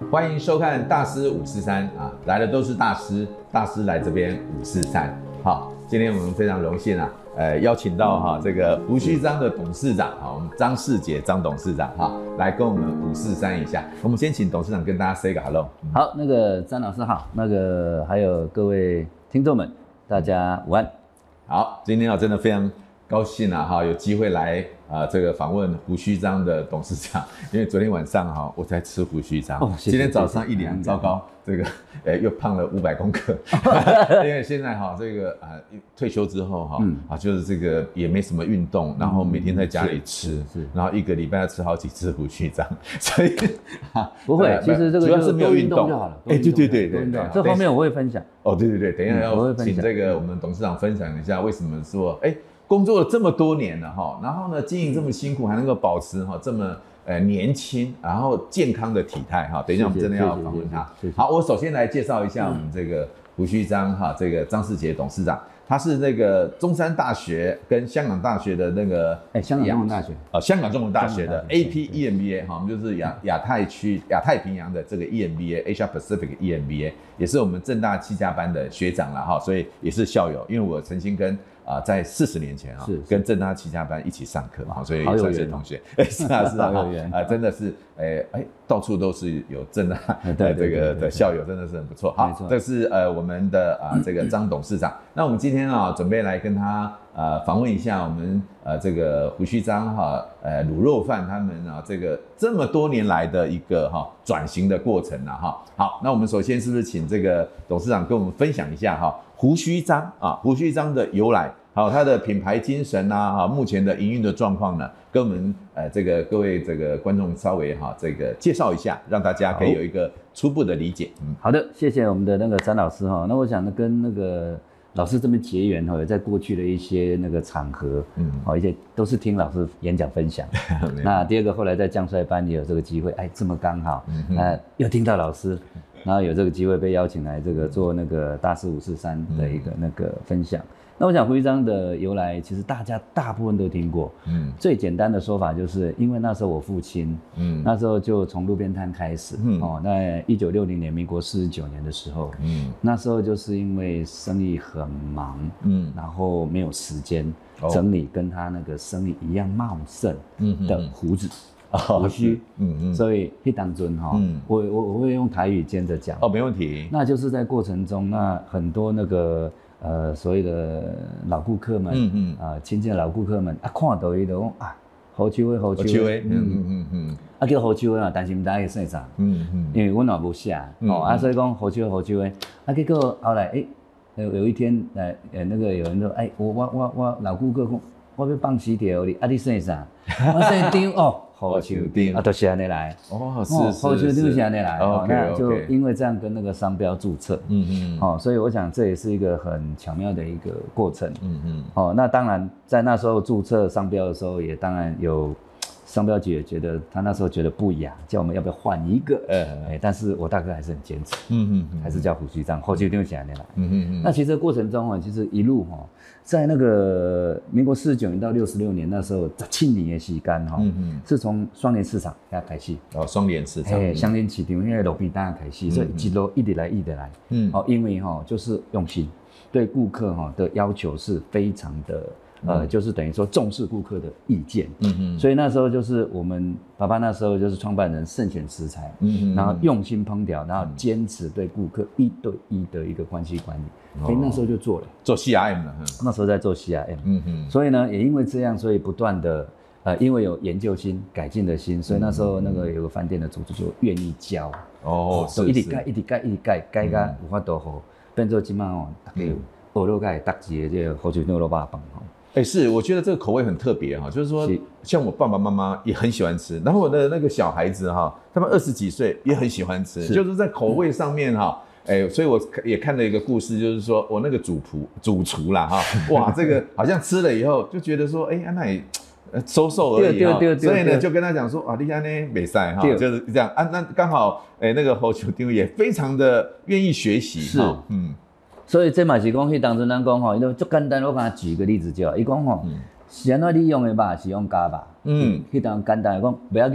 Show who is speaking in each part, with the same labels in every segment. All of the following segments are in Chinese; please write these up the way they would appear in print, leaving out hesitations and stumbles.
Speaker 1: 欢迎收看大师543啊，来的都是大师，大师来这边543。好，今天我们非常荣幸啊，邀请到这个胡须章的董事长我们张世杰张董事长来跟我们543一下。我们先请董事长跟大家 say 个 hello。
Speaker 2: 好，那个张老师好，那个还有各位听众们，大家午安。
Speaker 1: 好，今天真的非常高兴有机会来这个访问胡须章的董事长，因为昨天晚上我在吃胡须章，谢谢，今天早上一脸糟糕，这个又胖了500公克，因为现在这个退休之后就是这个也没什么运动，然后每天在家里吃，然后1个礼拜要吃好几次胡须章，所以
Speaker 2: 不会，其实这个
Speaker 1: 主要是没有运动
Speaker 2: 就好了。
Speaker 1: 对，
Speaker 2: 这方面我会分享。
Speaker 1: 对，等一下要请这个我们董事长分享一下为什么说工作了这么多年了然后呢经营这么辛苦，还能够保持这么年轻，然后健康的体态等一下我们真的要访问他。好，我首先来介绍一下我们这个胡须章这个张世杰董事长，他是那个中山大学跟香港大学的那个
Speaker 2: 香港中文大学
Speaker 1: 香港中文大学的 AP EMBA 我们就是亚太平洋的这个 EMBA Asia Pacific EMBA， 也是我们政大7家班的学长啦所以也是校友，因为我曾经跟在40年前跟政大7家班一起上课所以算是同学。是啊真的是到处都是有政大的这个的校友，真的是很不错。好，这是我们的这个张董事长。那我们今天准备来跟他访问一下我们这个胡须章卤肉饭他们这个这么多年来的一个转型的过程好，那我们首先是不是请这个董事长跟我们分享一下胡须章胡须章的由来，好，它的品牌精神目前的营运的状况呢，跟我们这个各位这个观众稍微这个介绍一下，让大家可以有一个初步的理解。
Speaker 2: 好的，谢谢我们的那个张老师那我想呢跟那个老师这边结缘有在过去的一些那个场合一些都是听老师演讲分享那第二个后来在将帅班也有这个机会这么刚好又听到老师，然后有这个机会被邀请来这个做那个大师543的一个那个分享。那我想胡须章的由来其实大家大部分都听过最简单的说法就是因为那时候我父亲那时候就从路边摊开始那1960年民国49年的时候那时候就是因为生意很忙然后没有时间整理跟他那个生意一样茂盛的胡子胡须所以那当中我会用台语兼着讲
Speaker 1: 没问题。
Speaker 2: 那就是在过程中那很多那个所谓的老顾客们亲戚的老顾客们看到伊就讲胡鬚的叫胡鬚的但是唔知道伊姓啥因为阮也无写所以讲胡鬚的结果后来有一天那个有人说我老顾客讲我要放喜帖你你姓啥我姓张胡鬚张就是安尼来
Speaker 1: 是
Speaker 2: 胡鬚张是安尼来那就因为这样跟那个商标注册所以我想这也是一个很巧妙的一个过程那当然在那时候注册商标的时候也当然有商标局也觉得他那时候觉得不雅，叫我们要不要换一个但是我大哥还是很坚持还是叫胡须章胡须张是安尼来那其实过程中其实一路在那个民国49年到66年那时候17年的时间是从双联市场开始
Speaker 1: 双联市场
Speaker 2: 双联市场因为路边摊开始所以一路一直来因为就是用心对顾客的要求是非常的就是等于说重视顾客的意见所以那时候就是我们爸爸那时候就是创办人慎选食材然后用心烹调然后坚持对顾客1对1的一个关系管理所以那时候就做了
Speaker 1: 做 CRM 了
Speaker 2: 那时候在做 CRM 所以呢也因为这样所以不断的因为有研究心改进的心所以那时候那个有个饭店的主厨就愿意教就一直改到有法度变做现在大家学了解特级的这个胡须牛肉饭
Speaker 1: 是，我觉得这个口味很特别就是说像我爸爸妈妈也很喜欢吃，然后我的那个小孩子他们20几岁也很喜欢吃，就是在口味上面所以我也看了一个故事，就是说我那个主厨啦哇，这个好像吃了以后就觉得说那也收而已所以呢就跟他讲说你安尼不可以就是这样那刚好那个胡须张也非常的愿意学习
Speaker 2: 所以这嘛是讲，迄当阵咱讲因为足简单，我给他举个例子就好。伊讲是安怎你用的肉是用加肉，迄当简单的讲不要紧，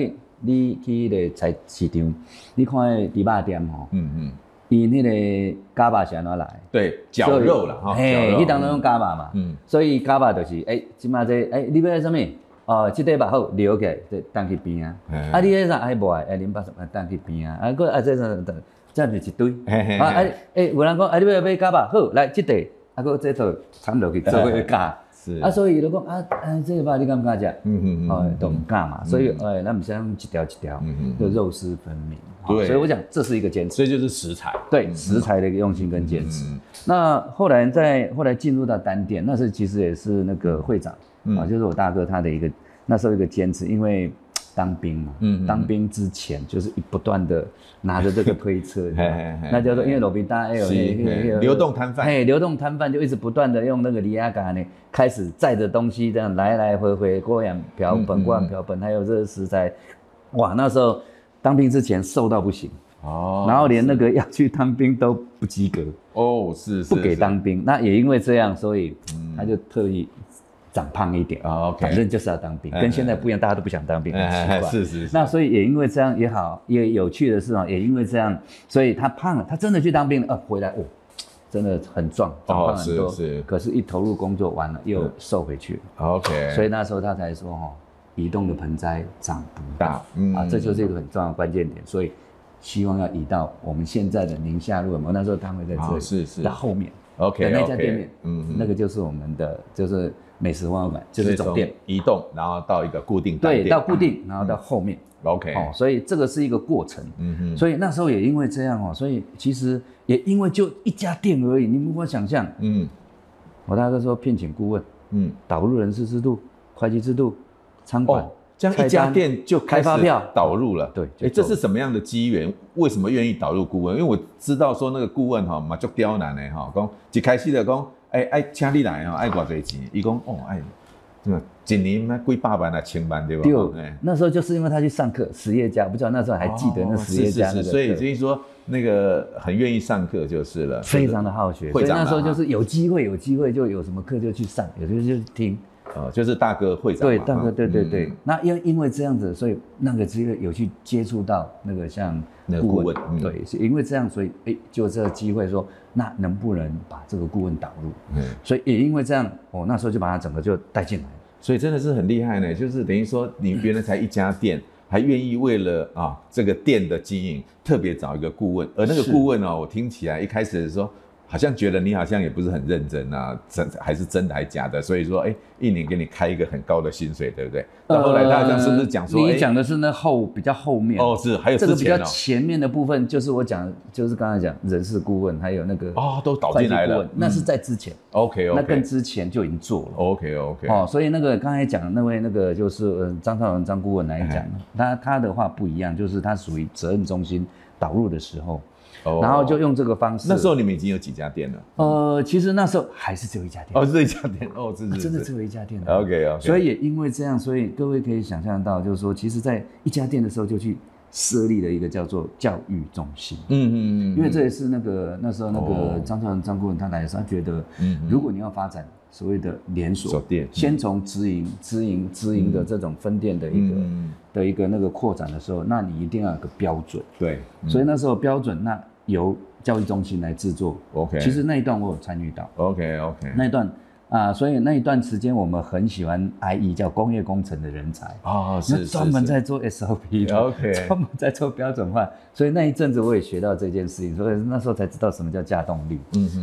Speaker 2: 你去那个菜市场，你看那猪肉店吼，伊那个嘎巴是安怎来？
Speaker 1: 对，绞肉啦，哈，
Speaker 2: 嘿，迄当中用嘎巴嘛，所以嘎巴就是即马这你要什么？哦，即块肉好留起来，放去边啊。啊，你迄啥无爱，啉把什么放去边啊？啊，这就是一堆。有人讲你要买嘎巴好，来即块，这套掺落去做伙加。是啊，所以就讲这个肉你敢不敢食？都唔敢嘛。所以咱唔使用一条一条，就肉丝分明。对，所以我讲这是一个坚持。
Speaker 1: 所以就是食材。
Speaker 2: 对，食材的一个用心跟坚持。那后来进入到单店，那是其实也是那个会长就是我大哥他的一个那时候一个坚持，因为当兵嘛，当兵之前就是不断的拿着这个推车，那叫做因为路边搭
Speaker 1: 流动摊贩，
Speaker 2: 流动摊贩就一直不断的用那个离亚嘎呢，开始载着东西这样来来回回过洋瓢盆，还有这个食材，哇，那时候当兵之前瘦到不行。然后连那个要去当兵都不及格是不给当兵。那也因为这样，所以他就特意长胖一点反正就是要当兵，跟现在不一样，大家都不想当兵，很奇怪。是。那所以也因为这样也好，也有趣的是也因为这样，所以他胖了，他真的去当兵了，回来真的很壮，长胖很多。是。可是，一投入工作完了又瘦回去了。所以那时候他才说移动的盆栽长不大这就是一个很重要的关键点。所以希望要移到我们现在的宁夏路，那时候摊位在这里，是在后面。那家店面，那个就是我们的就是美食万物馆，就是总店
Speaker 1: 移动，然后到一个固定单店，
Speaker 2: 对，到固定，然后到后面。所以这个是一个过程。所以那时候也因为这样所以其实也因为就一家店而已，你无法想象。我大哥说聘请顾问，导入人事制度、会计制度、仓管。
Speaker 1: 这样一家店就开发票导入了，
Speaker 2: 对，
Speaker 1: 这是什么样的机缘？为什么愿意导入顾问？因为我知道说那个顾问嘛就刁难的讲一开始就讲爱请你来爱多少钱？伊讲一年那几百万啊千万对吧？
Speaker 2: 对，那时候就是因为他去上课，实业家，不知道那时候还记得那实业家那个，
Speaker 1: 所以说那个很愿意上课就是了，
Speaker 2: 非常的好学。所以那时候就是有机会就有什么课就去上，有的就听。
Speaker 1: 就是大哥会长，
Speaker 2: 对，大哥，对。那因为这样子，所以那个机会有去接触到那个像顾问，对，是因为这样，所以就这个机会说，那能不能把这个顾问导入？所以也因为这样，那时候就把他整个就带进来。
Speaker 1: 所以真的是很厉害呢，就是等于说你原来才一家店，还愿意为了这个店的经营特别找一个顾问，而那个顾问我听起来一开始的时候。好像觉得你好像也不是很认真还是真的还假的，所以说一年给你开一个很高的薪水，对不对？到后来他好像是不是讲说，
Speaker 2: 你讲的是那比较后面
Speaker 1: 是还有之前
Speaker 2: 这个比较前面的部分，就是我讲就是刚才讲人事顾问，还有那个
Speaker 1: 都导进来了，
Speaker 2: 那是在之前
Speaker 1: OK，
Speaker 2: 那更之前就已经做了
Speaker 1: OK，
Speaker 2: 所以那个刚才讲那位那个就是张超荣张顾问来讲，他的话不一样，就是他属于责任中心导入的时候。然后就用这个方式。
Speaker 1: 那时候你们已经有几家店了？
Speaker 2: 其实那时候还是只有一家店。
Speaker 1: 是一家店
Speaker 2: 真的只有一家店。
Speaker 1: OK。
Speaker 2: 所以也因为这样，所以各位可以想象到，就是说，其实在一家店的时候就去设立了一个叫做教育中心。因为这也是那时候那个张超荣张顾问他来的时候，他觉得，如果你要发展所谓的连锁店，先从直营的这种分店的一个那个扩展的时候，那你一定要有个标准。
Speaker 1: 对。
Speaker 2: 所以那时候标准由教育中心来制作。
Speaker 1: OK，
Speaker 2: 其实那一段我有参与到。
Speaker 1: OK，
Speaker 2: 那一段所以那一段时间我们很喜欢 IE 叫工业工程的人才是专门在做 SOP 的
Speaker 1: ，OK，
Speaker 2: 专门在做标准化。所以那一阵子我也学到这件事情，所以那时候才知道什么叫架动力。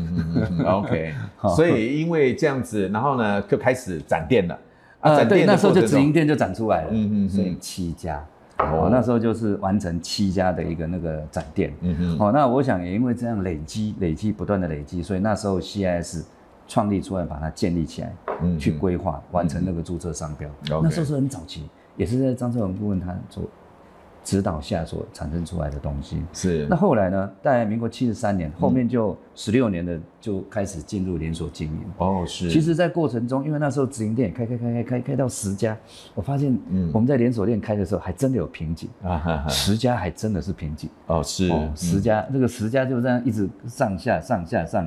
Speaker 1: OK， 所以因为这样子，然后呢就开始展店了。
Speaker 2: 对，那时候就直营店就展出来了。所以7家。那时候就是完成7家的一个那个展店。那我想也因为这样累积不断的累积，所以那时候 CIS 创立出来，把它建立起来，去规划完成那个注册商标。那时候是很早期，也是在张超荣顾问他做指导下所产生出来的东西。是。那后来呢，在民国73年，后面就16年的就开始进入连锁经营。是。其实，在过程中，因为那时候直营店开到10家，我发现我们在连锁店开的时候，还真的有瓶颈。10家还真的是瓶颈。是。10家，这个10家就这样一直上下。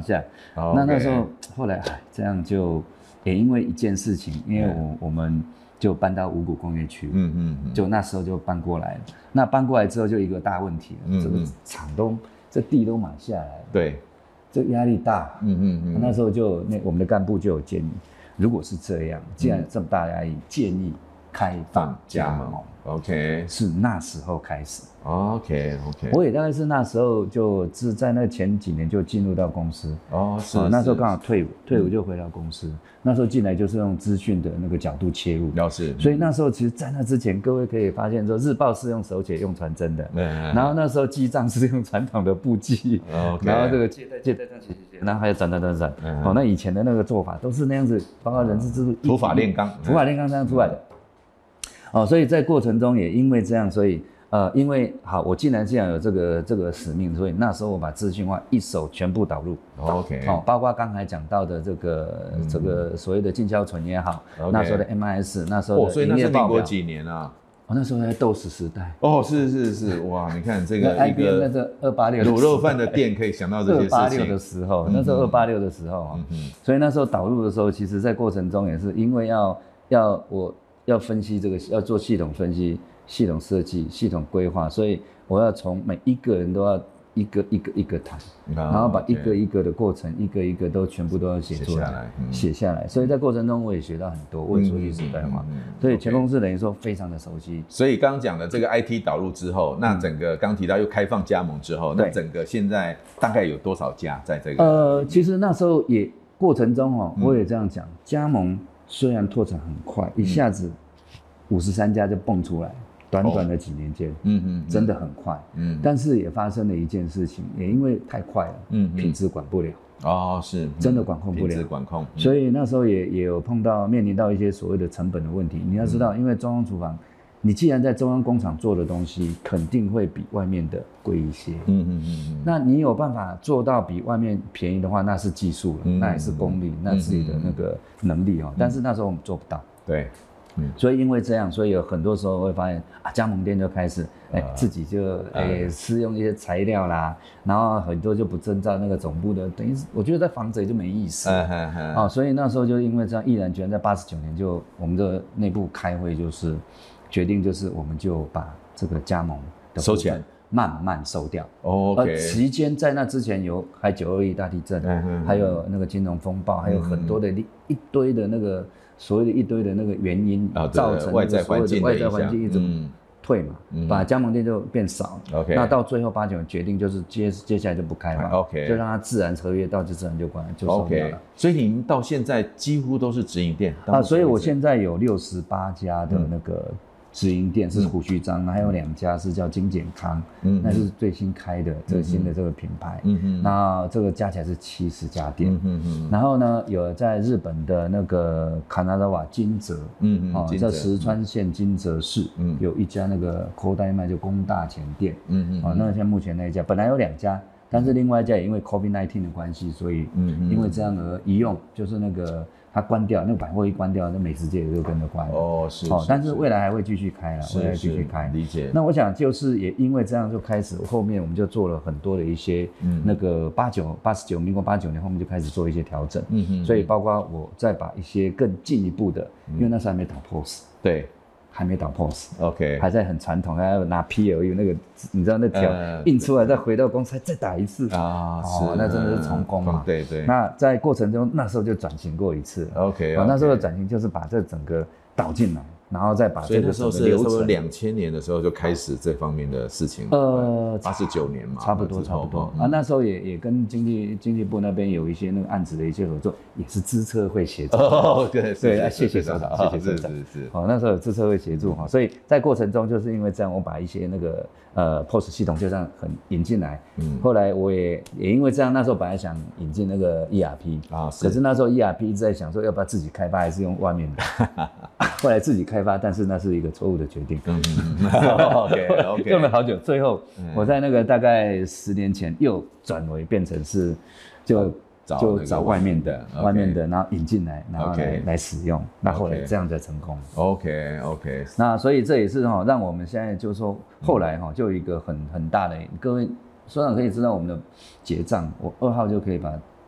Speaker 2: 那时候后来这样就也因为一件事情，因为我们就搬到五股工业区，就那时候就搬过来了。那搬过来之后就一个大问题了，这个厂这地都买下来了，
Speaker 1: 对，
Speaker 2: 这压力大，那时候我们的干部就有建议，如果是这样，既然有这么大压力，建议开放加盟。
Speaker 1: OK，
Speaker 2: 是那时候开始。
Speaker 1: OK，
Speaker 2: 我也大概是那时候就是在那前几年就进入到公司。
Speaker 1: 是
Speaker 2: 那时候刚好退伍就回到公司。那时候进来就是用资讯的那个角度切入。所以那时候其实，在那之前，各位可以发现说，日报是用手写、用传真的，然后那时候记账是用传统的簿记，然后这个借贷这样写，然后还有转。那以前的那个做法都是那样子，包括人事制度，
Speaker 1: 土法炼钢
Speaker 2: 这样出来的。所以在过程中也因为这样，所以因为好，我既然有这个使命，所以那时候我把资讯化一手全部导入。
Speaker 1: OK，
Speaker 2: 包括刚才讲到的这个所谓的进销存也好，那时候的 MIS， 那时候的营业报表。所以那是民国
Speaker 1: 几年啊？
Speaker 2: 那时候在斗士时代。
Speaker 1: 是，哇，你看这个
Speaker 2: 一个那286
Speaker 1: 卤肉饭的店可以想到这些事情。
Speaker 2: 286的时候，那时候286的时候，所以那时候导入的时候，其实在过程中也是因为要分析这个，要做系统分析、系统设计、系统规划，所以我要从每一个人都要一个谈，然后把一个一个的过程，一个一个都全部都要写出来，写下来。所以在过程中我也学到很多，我也说句实在话，所以前公司等于说非常的熟悉。
Speaker 1: 所以刚刚讲的这个 IT 导入之后，那整个刚提到又开放加盟之后，那整个现在大概有多少家在这个？
Speaker 2: 其实那时候也过程中我也这样讲，加盟虽然拓展很快，一下子53家就蹦出来，短短的几年间，真的很快，但是也发生了一件事情，也因为太快了，品质管不了，
Speaker 1: 是
Speaker 2: 真的管控不了，
Speaker 1: 品质管控，
Speaker 2: 所以那时候也有面临到一些所谓的成本的问题。你要知道，因为中央厨房，你既然在中央工厂做的东西，肯定会比外面的贵一些，那你有办法做到比外面便宜的话，那是技术了，那也是功力，那自己的那个能力但是那时候我们做不到，
Speaker 1: 对。
Speaker 2: 所以因为这样，所以有很多时候会发现加盟店就开始自己就试用一些材料啦，然后很多就不遵照那个总部的，等于我觉得在防着也就没意思所以那时候就因为这样，毅然决然在89年就我们的内部开会，就是决定就是我们就把这个加盟的
Speaker 1: 收起来，
Speaker 2: 慢慢收掉。期间在那之前还921大地震，还有那个金融风暴，还有很多的一堆的那个所谓的一堆的那个原因造成
Speaker 1: 外在环境
Speaker 2: 一直退嘛，把加盟店就变少了。那到最后89年决定就是接下来就不开放，就让它自然合约到就自然就关了，就收掉了。
Speaker 1: 所以你们到现在几乎都是直营店
Speaker 2: 所以我现在有68家的那个直营店是胡须章，还有2家是叫金健康，那是最新开的这个新的这个品牌，那这个加起来是70家店，然后呢有在日本的那个卡纳达瓦金泽，在石川县金泽市，有一家那个口袋卖就宫大前店，那像目前那一家本来有2家，但是另外一家也因为 COVID-19 的关系，所以因为这样而一用就是那个。它关掉，那个百货一关掉，那美食街也就跟着关了。但是未来还会继续开了，未来继续开。
Speaker 1: 理解。
Speaker 2: 那我想就是也因为这样就开始，后面我们就做了很多的一些那个民国89年后面就开始做一些调整。所以包括我再把一些更进一步的，因为那时候还没打 POS。
Speaker 1: 对。
Speaker 2: 还没打 POS，
Speaker 1: 还
Speaker 2: 在很传统，还要拿 PLU 那个，你知道那条印出来，再回到公司再打一次那真的是重工嘛。
Speaker 1: 对。
Speaker 2: 那在过程中，那时候就转型过一次。那时候的转型就是把这整个导进来，然后再把这个
Speaker 1: 所以那时候是2000年的时候就开始这方面的事情。89年嘛，
Speaker 2: 差不多那时候也跟经济部那边有一些那个案子的一些合作，也是资策会协助。
Speaker 1: 对，
Speaker 2: 谢谢首长，谢谢首长。
Speaker 1: 是。
Speaker 2: 那时候有资策会协助所以在过程中就是因为这样，我把一些那个POS 系统就这样引进来。后来我也因为这样，那时候本来想引进那个 ERP 可是那时候 ERP 一直在想说要不要自己开发还是用外面的，后来自己开发，但是那是一个错误的决定。
Speaker 1: OK，
Speaker 2: 用了好久，最后我在那个大概10年前又转为变成是就找外面的，然后引进来，然后来使用。那后来这样才成功。
Speaker 1: OK。
Speaker 2: 那所以这也是让我们现在就是说，后来就有一个很大的，各位所长可以知道我们的结账，我2号就可以把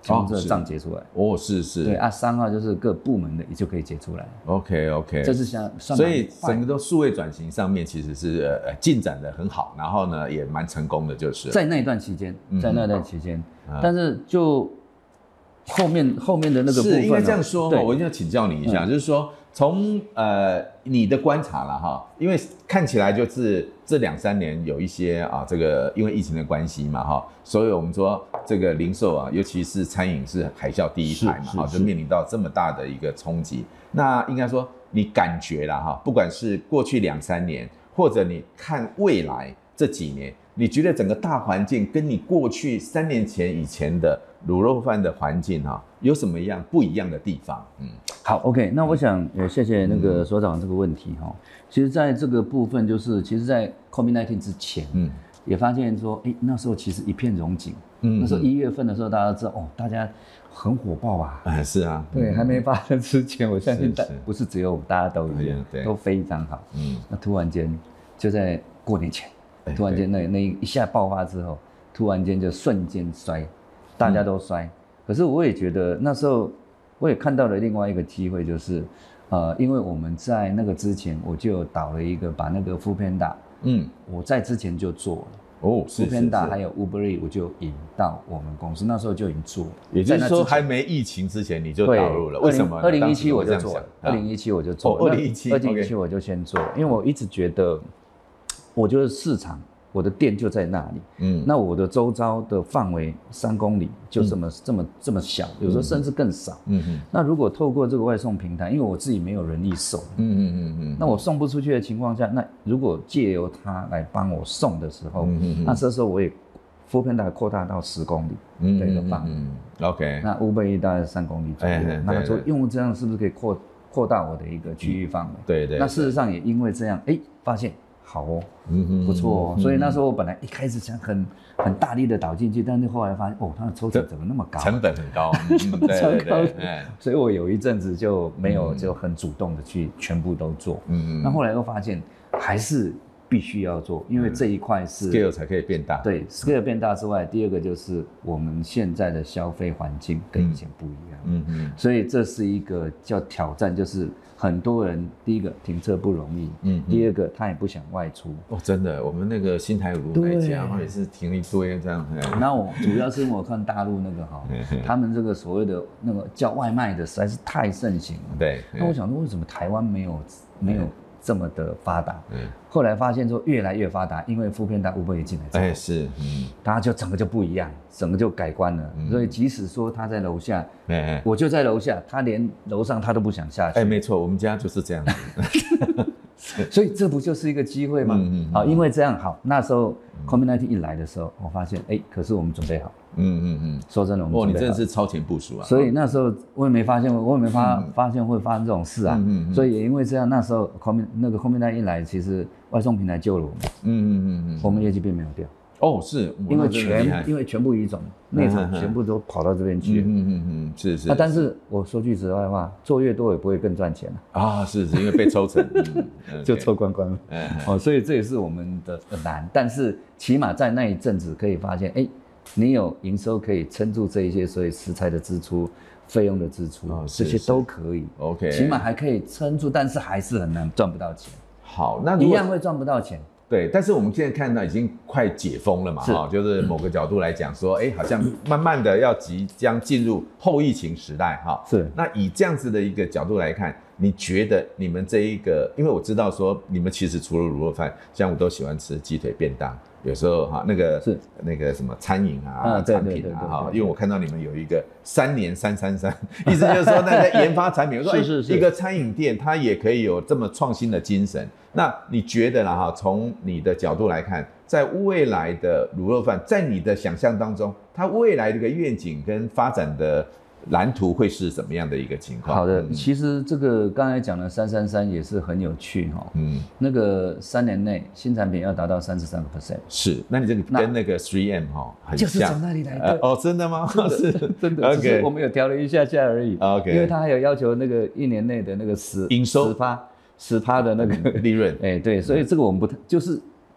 Speaker 2: 全部这个账结出来。
Speaker 1: 哦，是。
Speaker 2: 对啊，3号就是各部门的也就可以结出来。
Speaker 1: OK，
Speaker 2: 这是算
Speaker 1: 所以整个都数位转型上面其实是进展的很好，然后呢也蛮成功的，就是
Speaker 2: 在那一段期间，但是就后面的那个部分，
Speaker 1: 是应该这样说，我一定要请教你一下，就是说从你的观察了哈，因为看起来就是这2-3年有一些这个因为疫情的关系嘛哈，所以我们说这个零售尤其是餐饮是海啸第一排嘛，就面临到这么大的一个冲击。那应该说你感觉啦哈，不管是过去2-3年，或者你看未来这几年，你觉得整个大环境跟你过去3年前以前的卤肉饭的环境有什么不一样的地方？
Speaker 2: 好 ，OK， 那我想也谢谢那个所长这个问题哈。其实在这个部分，就是其实在 COVID-19 之前，也发现说，那时候其实一片荣景。那时候1月份的时候，大家都知道大家很火爆吧？
Speaker 1: 是啊，
Speaker 2: 对，还没发生之前，我相信不是只有我，大家都一样，都非常好。那突然间就在过年前，突然间那一下爆发之后，突然间就瞬间衰，大家都衰。可是我也觉得那时候我也看到了另外一个机会，就是因为我们在那个之前我就导了一个把那个 Foodpanda，我在之前就做了。Foodpanda 还有 Uber Eats 我就引到我们公司，那时候就已经做了。
Speaker 1: 也就是说，还没疫情之前你就导入了，为什么
Speaker 2: ？2017我就做了，2017我就做了，2017我就先做了，因为我一直觉得，我觉得市场，我的店就在那里，那我的周遭的范围3公里就这么小，有时候甚至更少，那如果透过这个外送平台，因为我自己没有人力送，那我送不出去的情况下，那如果借由它来帮我送的时候，那这时候我也 Foodpanda 扩大到10公里的一个范围，OK， 那Uber Eats大概3公里左右，那说用这样是不是可以扩大我的一个区域范围？对，那事实上也因为这样，发现。好不错所以那时候我本来一开始想很大力的导进去，但是后来发现它的抽成怎么那么高，
Speaker 1: 成本很高，
Speaker 2: 所以我有一阵子就没有就很主动的去全部都做，那后来又发现还是必须要做，因为这一块是
Speaker 1: scale 才可以变大，
Speaker 2: 对 scale 变大之外，第二个就是我们现在的消费环境跟以前不一样，所以这是一个叫挑战，就是很多人第一个停车不容易，第二个他也不想外出。
Speaker 1: 真的，我们那个新台五路那家也是停一堆这样。
Speaker 2: 那我主要是因为我看大陆那个他们这个所谓的那个叫外卖的实在是太盛行了。
Speaker 1: 对。
Speaker 2: 那我想说，为什么台湾没有这么的发达？后来发现说越来越发达，因为Foodpanda Uber Eats进来之后，
Speaker 1: 是，
Speaker 2: 它就整个就不一样，整个就改观了。所以即使说他在楼下，我就在楼下，他连楼上他都不想下去。
Speaker 1: 没错，我们家就是这样子。
Speaker 2: 所以这不就是一个机会吗？因为这样好，那时候 COVID-19 一来的时候，我发现可是我们准备好。说真的，我们准备好。
Speaker 1: 你真的是超前部署啊！
Speaker 2: 所以那时候我也没发现会发生这种事啊。所以也因为这样，那时候那个 COVID-19 一来，其实外送平台救了我们。我们业绩并没有掉。
Speaker 1: 是
Speaker 2: 因为全部移转，内场全部都跑到这边去。是。但是我说句实在话，做越多也不会更赚钱
Speaker 1: 是因为被抽成，
Speaker 2: 就抽光光了。所以这也是我们的难，但是起码在那一阵子可以发现，你有营收可以撑住这一些，所以食材的支出、费用的支出，这些都可以。
Speaker 1: OK，
Speaker 2: 起码还可以撑住，但是还是很难赚不到钱。
Speaker 1: 好，那
Speaker 2: 一样会赚不到钱。
Speaker 1: 对，但是我们现在看到已经快解封了嘛，就是某个角度来讲说，好像慢慢的要即将进入后疫情时代
Speaker 2: 是。
Speaker 1: 那以这样子的一个角度来看，你觉得你们这一个，因为我知道说你们其实除了卤肉饭，像我都喜欢吃鸡腿便当。有时候那个什么餐饮产品因为我看到你们有一个3年333，意思就是说那个研发产品，我说一个餐饮店它也可以有这么创新的精神。那你觉得啦从你的角度来看，在未来的卤肉饭，在你的想象当中，它未来的一个愿景跟发展的蓝图会是什么样的一个情况？
Speaker 2: 好的，其实这个刚才讲的333也是很有趣那个3年内新产品要达到33%。
Speaker 1: 是，那你这个跟那个 3M 很像，
Speaker 2: 就是从那里来的。
Speaker 1: 真的吗？是
Speaker 2: 真的，只是我们有调了一下而已。
Speaker 1: OK，
Speaker 2: 因为他还有要求那个1年内的那个
Speaker 1: 营收
Speaker 2: 10%的那个
Speaker 1: 利润。
Speaker 2: 对，所以这个我们不就是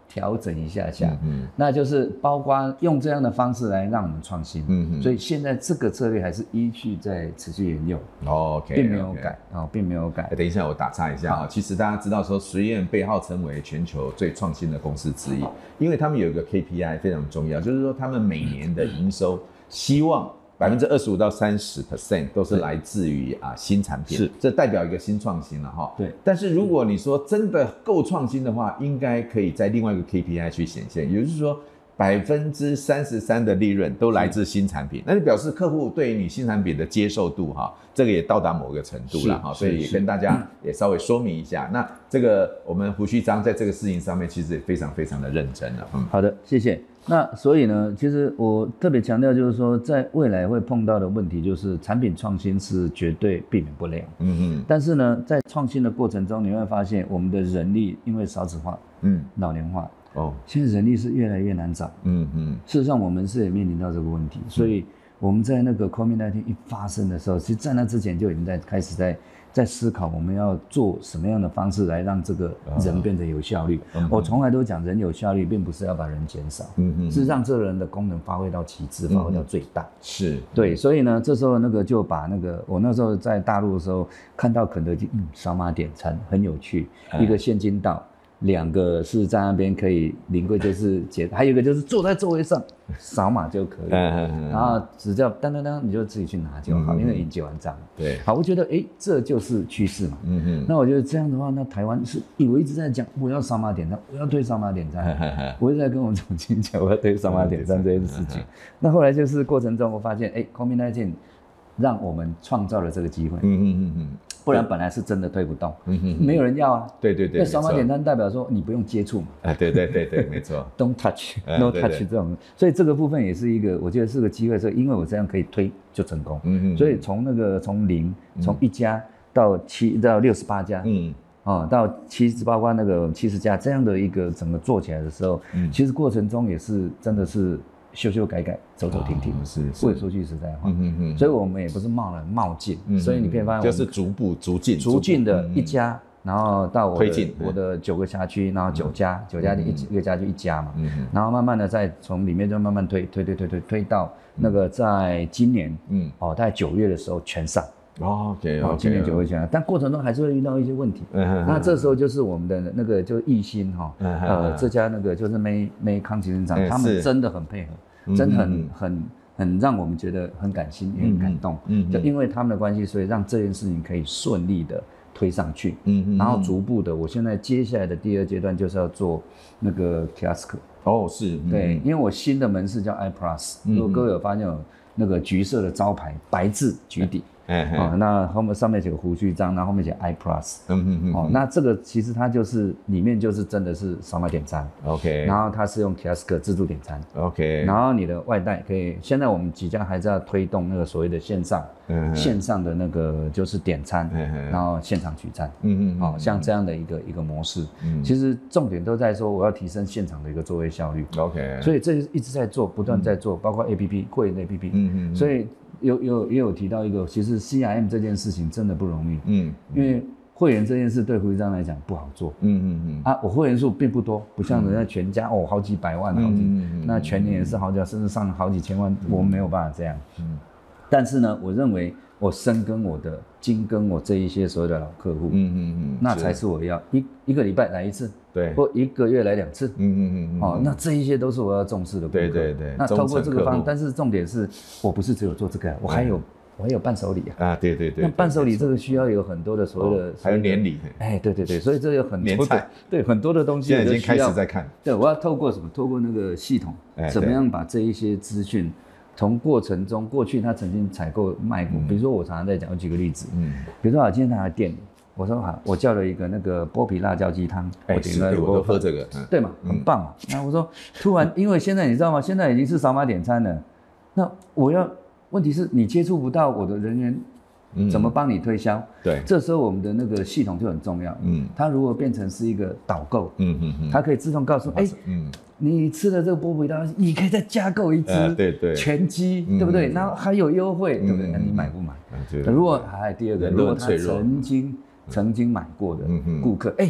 Speaker 2: 调整一下下，那就是包括用这样的方式来让我们创新，所以现在这个策略还是依序在持续沿用，OK， 并没有改并没有改。
Speaker 1: 等一下我打岔一下其实大家知道说实验被号称为全球最创新的公司之一，因为他们有一个 KPI 非常重要，就是说他们每年的营收希望25%到30% 都是来自于新产品，是这代表一个新创新了哈。
Speaker 2: 对，
Speaker 1: 但是如果你说真的够创新的话，应该可以在另外一个 KPI 去显现，也就是说33%的利润都来自新产品，那就表示客户对于你新产品的接受度这个也到达某个程度了所以也跟大家也稍微说明一下。那这个我们胡须章在这个事情上面其实也非常非常的认真了。
Speaker 2: 好的，谢谢。那所以呢，其实我特别强调就是说，在未来会碰到的问题就是产品创新是绝对避免不了。但是呢，在创新的过程中，你会发现我们的人力因为少子化、老龄化，现在人力是越来越难找。事实上，我们是也面临到这个问题，所以我们在那个 COVID-19 一发生的时候，其实在那之前就已经开始在思考我们要做什么样的方式来让这个人变得有效率。我从来都讲人有效率，并不是要把人减少，是让这个人的功能发挥到极致，发挥到最大。
Speaker 1: 是
Speaker 2: 对，所以呢，这时候就把我那时候在大陆的时候看到肯德基扫码点餐很有趣，一个现金到。2个是在那边可以临柜就是还有一个就是坐在座位上扫码就可以，然后只叫当你就自己去拿就好，因为已经结完账了。
Speaker 1: 对，
Speaker 2: 好，我觉得这就是趋势嘛。那我觉得这样的话，那台湾我一直在讲我要扫码点餐，我要推扫码点餐，我一直在跟我总经理讲我要推扫码点餐这件事情。那后来就是过程中我发现COVID-19 让我们创造了这个机会。不然本来是真的推不动，没有人要啊。
Speaker 1: 对，
Speaker 2: 那扫码点餐代表说你不用接触嘛。
Speaker 1: 对，没错。
Speaker 2: Don't touch, no touch 这种，所以这个部分也是一个，我觉得是个机会，所以因为我这样可以推就成功。所以从0从1家到68家，到70包括那个70家这样的一个整个做起来的时候，其实过程中也是真的是。修改走停停，是我也说句实在话，所以我们也不是冒进，所以你可以发现
Speaker 1: 就是逐进
Speaker 2: 的1家，然后到我的9个辖区，然后9家一个家就1家嘛，然后慢慢的再从里面就慢慢推到那个在今年，大概9月的时候全上。
Speaker 1: OK，
Speaker 2: 今年9月全上，但过程中还是会遇到一些问题。那这时候就是我们的那个就是艺兴这家那个就是梅康集成厂，他们真的很配合，真的很让我们觉得很感心也很感动。就因为他们的关系，所以让这件事情可以顺利的推上去。然后逐步的，我现在接下来的第2阶段就是要做那个 kiosk。
Speaker 1: 是。
Speaker 2: 对，因为我新的门市叫 iPlus，如果各位有发现有那个橘色的招牌，白字橘底。那后面上面写个胡须章，然后后面写 iPlus，那这个其实它就是里面就是真的是扫码点餐
Speaker 1: ，OK，
Speaker 2: 然后它是用 kiosk 自助点餐
Speaker 1: ，OK，
Speaker 2: 然后你的外带可以，现在我们即将还在推动那个所谓的线上的那个就是点餐，然后现场取餐，像这样的一个模式，其实重点都在说我要提升现场的一个座位效率
Speaker 1: ，OK，
Speaker 2: 所以这一直在做，不断在做，包括 APP 会员的 APP，所以。也有提到一个，其实 CRM 这件事情真的不容易，因为会员这件事对胡须章来讲不好做，我会员数并不多，不像人家全家好几百万，那全年也是甚至上好几千万，我们没有办法这样，但是呢，我认为我深耕精耕我这一些所有的老客户，那才是我要一个礼拜来1次，
Speaker 1: 对，
Speaker 2: 或1个月来2次，那这一些都是我要重视的顾客，对，那透过这个方，但是重点是我不是只有做这个，我还有伴手礼
Speaker 1: 对，
Speaker 2: 那伴手礼这个需要有很多的所谓的，
Speaker 1: 还有年礼，
Speaker 2: 对，所以这有很多的，对，很多的东西，
Speaker 1: 现在已经开始在看，
Speaker 2: 对，我要透过什么？透过那个系统，怎么样把这一些资讯。从过程中，过去他曾经采购卖过，比如说我常常在讲，我举个例子，比如说今天他来店里，我说好，我叫了一个那个剥皮辣椒鸡汤，
Speaker 1: 我都喝这个，
Speaker 2: 对嘛，很棒嘛。那我说突然，因为现在你知道吗？现在已经是扫码点餐了，那问题是你接触不到我的人员，怎么帮你推销？对，这时候我们的那个系统就很重要。它如果变成是一个导购，它可以自动告诉，你吃了这个剥皮辣椒，你可以再加购1只，对，全鸡，对不对？然后还有优惠，对不对？那你买不买？如果第2个，如果他曾经买过的顾客，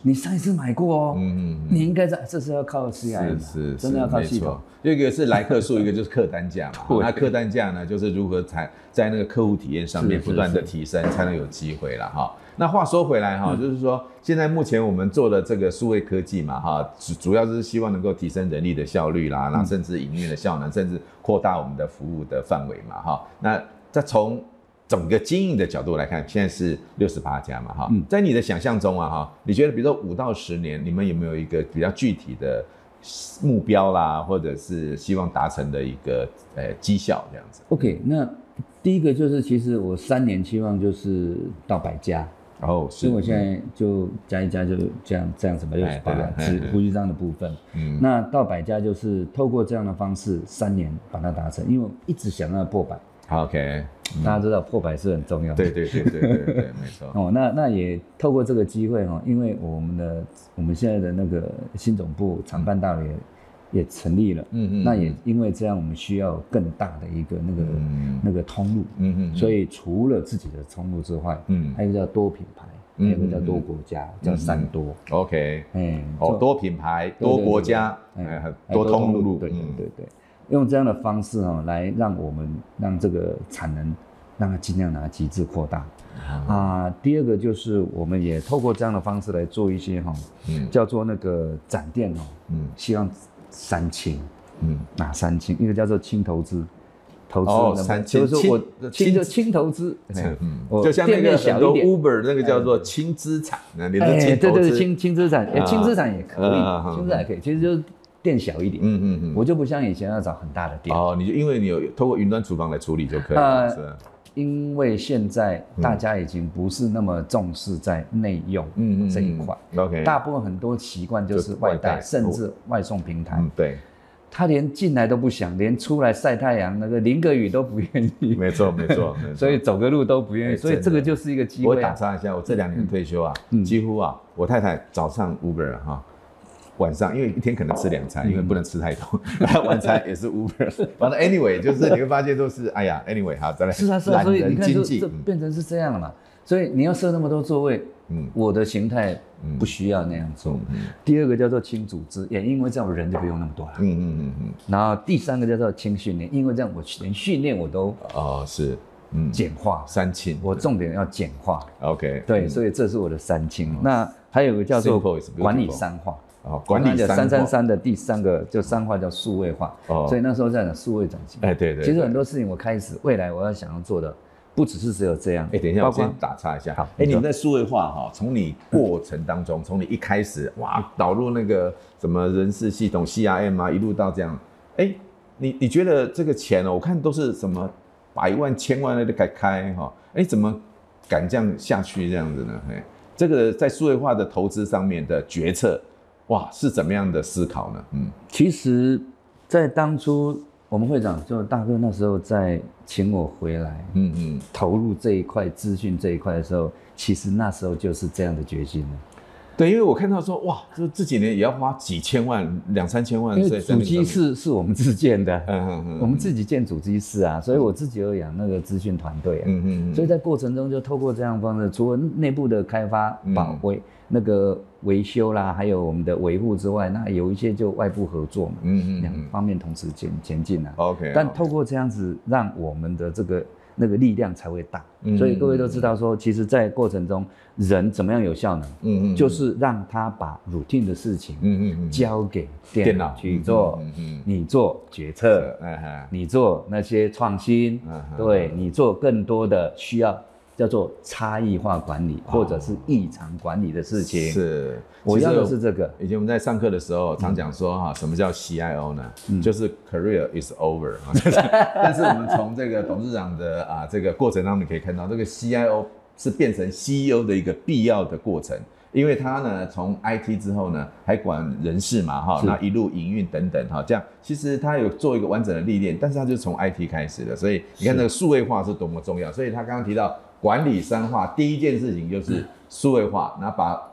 Speaker 2: 你上一次买过哦，你应该这是要靠 CRM，
Speaker 1: 是
Speaker 2: 真的要靠系统。
Speaker 1: 一个是来客数，一个就是客单价嘛。那客单价呢，就是如何在那个客户体验上面不断的提升，才能有机会了哈。那话说回来哈，就是说现在目前我们做的这个数位科技嘛哈，主要就是希望能够提升人力的效率啦，那甚至营运的效能，甚至扩大我们的服务的范围嘛哈。那再从整个经营的角度来看，现在是68家嘛哈，在你的想象中啊哈，你觉得比如说5到10年，你们有没有一个比较具体的目标啦，或者是希望达成的一个绩效这样子
Speaker 2: ？OK， 那第一个就是其实我3年期望就是到100家。所以我现在就加一加就这样子吧，就是呼吸章的部分。那到100家就是透过这样的方式3年把它达成，因为我一直想要破100。
Speaker 1: OK，
Speaker 2: 大家知道破100是很重要的。
Speaker 1: 对，没错。
Speaker 2: 那也透过这个机会因为我们现在的那个新总部厂办大楼也成立了，那也因为这样，我们需要更大的一个那个通路，所以除了自己的通路之外，还有一个叫多品牌，还有一个叫多国家，叫3多。
Speaker 1: OK， 多品牌、多国家，多通路，
Speaker 2: 对，用这样的方式来让这个产能让它尽量拿极致扩大。第二个就是我们也透过这样的方式来做一些叫做那个展店希望3轻，哪3轻？一个叫做轻投资就是说我轻投资，
Speaker 1: 就像那个很多 Uber 那个叫做轻资产，
Speaker 2: 对，轻资产，轻资产也可以，轻资产也可以，其实就是店小一点，我就不像以前要找很大的店。
Speaker 1: 你就因为你有透过云端厨房来处理就可以了，是吧？
Speaker 2: 因为现在大家已经不是那么重视在内用这一块
Speaker 1: ，OK，
Speaker 2: 大部分很多习惯就是外带，甚至外送平台，
Speaker 1: 对，
Speaker 2: 他连进来都不想，连出来晒太阳那个淋个雨都不愿意，
Speaker 1: 没错，
Speaker 2: 所以走个路都不愿意，所以这个就是一个机会。
Speaker 1: 我打岔一下，我这2年退休几乎我太太早上 Uber 晚上因为一天可能吃2餐，因为不能吃太多，晚餐也是 Uber。反正 anyway 就是你会发现都是anyway 好再来。
Speaker 2: 是啊，所以你看这变成是这样了嘛。所以你要设那么多座位，我的形态不需要那样做。第二个叫做轻组织，也因为这样人就不用那么多了。然后第3个叫做轻训练，因为这样我连训练我都
Speaker 1: 是
Speaker 2: 简化
Speaker 1: 3轻，
Speaker 2: 我重点要简化。
Speaker 1: OK，
Speaker 2: 对，所以这是我的3轻。那还有一个叫做管理3化。
Speaker 1: 管理
Speaker 2: 333的第3个就3化叫数位化，所以那时候在讲数位转型。
Speaker 1: 对，
Speaker 2: 其实很多事情我开始未来我要想要做的，不只是只有这样。
Speaker 1: 等一下，我先打岔一下。你们在数位化从你过程当中，从你一开始导入那个什么人事系统 CRM 一路到这样，你觉得这个钱我看都是什么100万、1000万的开怎么敢这样下去这样子呢？这个在数位化的投资上面的决策。是怎么样的思考呢？
Speaker 2: 其实，在当初我们会长就大哥那时候在请我回来，投入这一块资讯这一块的时候，其实那时候就是这样的决心了。
Speaker 1: 对，因为我看到说这几年也要花几千万、2-3千万，
Speaker 2: 因为主机室是我们自建的，我们自己建主机室所以我自己有养那个资讯团队所以在过程中就透过这样的方式，除了内部的开发、那个维修啦，还有我们的维护之外，那有一些就外部合作嘛，2方面同时前进
Speaker 1: OK，
Speaker 2: 但透过这样子，让我们的那个力量才会大。所以各位都知道说，其实在过程中人怎么样有效能，就是让他把 routine 的事情交给电脑去做，你做决策，你做那些创新，对，你做更多的需要叫做差异化管理或者是异常管理的事情。
Speaker 1: 是，
Speaker 2: 我要的是这个。
Speaker 1: 以前我们在上课的时候常讲说什么叫 CIO 呢？就是 career is over 但是我们从这个董事长的这个过程当中，你可以看到这个 CIO 是变成 CEO 的一个必要的过程。因为他呢，从 IT 之后呢，还管人事嘛，那一路营运等等，这样其实他有做一个完整的历练，但是他就是从 IT 开始的，所以你看那个数位化是多么重要。所以他刚刚提到管理3化，第一件事情就是数位化，然后把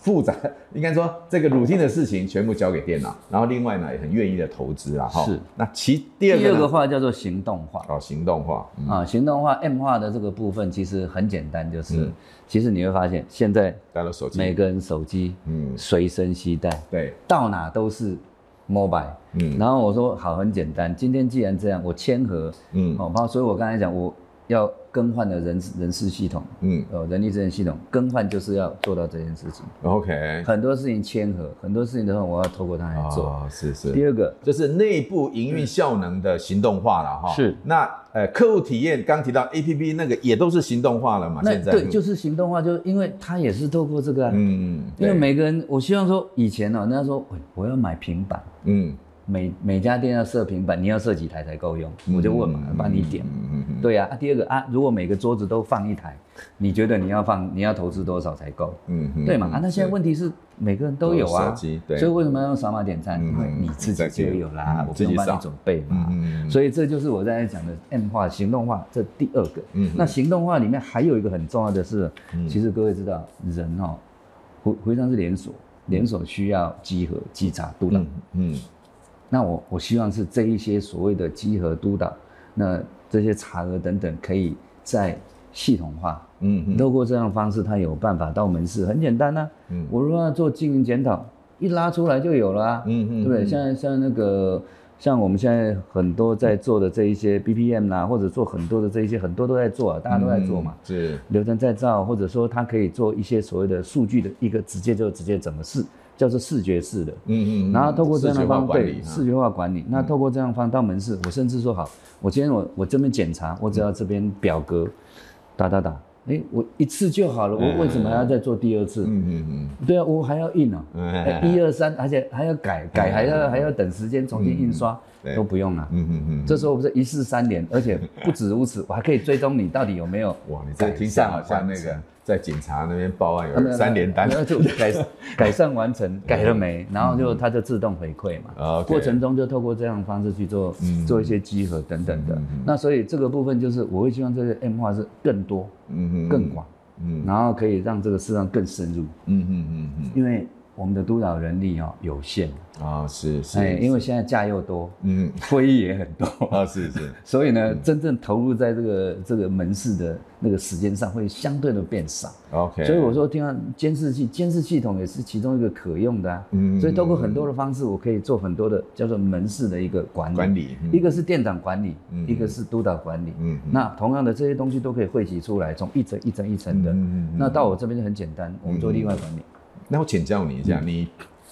Speaker 1: 复杂，应该说这个 routine 的事情全部交给电脑，然后另外呢也很愿意的投资啦。
Speaker 2: 是。
Speaker 1: 那第二个
Speaker 2: 话叫做行动化。
Speaker 1: 行动化
Speaker 2: 行动化 M 化的这个部分其实很简单，就是其实你会发现现在
Speaker 1: 大家都手机，
Speaker 2: 每个人手机随身携带，
Speaker 1: 对，
Speaker 2: 到哪都是 mobile。然后我说好，很简单，今天既然这样，我签合，所以我刚才讲我要更换的人事系统，人力资源系统更换就是要做到这件事情。
Speaker 1: OK，
Speaker 2: 很多事情签合，很多事情的话，我要透过它来做。
Speaker 1: 是。
Speaker 2: 第二个
Speaker 1: 就是内部营运效能的行动化了哈。
Speaker 2: 是。
Speaker 1: 那客户体验刚提到 APP 那个也都是行动化了嘛？现在
Speaker 2: 对，就是行动化，就因为它也是透过这个因为每个人，我希望说以前人家说我要买平板，每家店要设平板，你要设几台才够用？我就问嘛，帮你点。对啊。第二个如果每个桌子都放一台，你觉得你要投资多少才够？对嘛？那现在问题是每个人都有啊，所以为什么要用扫码点餐？因为你自己就有啦，我不用帮你准备嘛。所以这就是我刚才讲的 M 化、行动化，这第二个。那行动化里面还有一个很重要的是，其实各位知道，人回常是连锁需要稽核、稽查、督导。那我希望是这一些所谓的稽核督导，那这些查核等等，可以在系统化，透过这样的方式，他有办法到门市，很简单啊。我如果要做经营检讨，一拉出来就有了啊，对不对？像我们现在很多在做的这一些 BPM 啦，或者做很多的这一些，很多都在做啊，大家都在做嘛。
Speaker 1: 是
Speaker 2: 流程再造，或者说它可以做一些所谓的数据的一个直接怎么叫做视觉式的，然后透过这样的方式视觉化管理，那透过这样方到门市，我甚至说好，我今天我这边检查，我只要这边表格打，我一次就好了，我为什么还要再做第二次？对啊，我还要印啊，1、2、3，而且还要改还要等时间重新印刷，都不用啊。这时候不是一式3联，而且不止如此，我还可以追踪你到底有没有。
Speaker 1: 哇，你这听起来好像那个在警察那边报案有3联单，
Speaker 2: 就改善完成，改了没？然后它就自动回馈嘛。过程中就透过这样的方式去做一些稽核等等的。那所以这个部分就是我会希望这个 M 化是更多、更广，然后可以让这个市场更深入。因为我们的督导人力有限
Speaker 1: 是，
Speaker 2: 因为现在假又多，会议也很多
Speaker 1: 是，
Speaker 2: 所以呢，真正投入在这个门市的那个时间上会相对的变少。
Speaker 1: OK，
Speaker 2: 所以我说听到监视系统也是其中一个可用的所以透过很多的方式，我可以做很多的叫做门市的一个管理，一个是店长管理，一个是督导管理。那同样的这些东西都可以汇集出来，从一层的，那到我这边就很简单，我们做例外管理。
Speaker 1: 那我请教你一下，你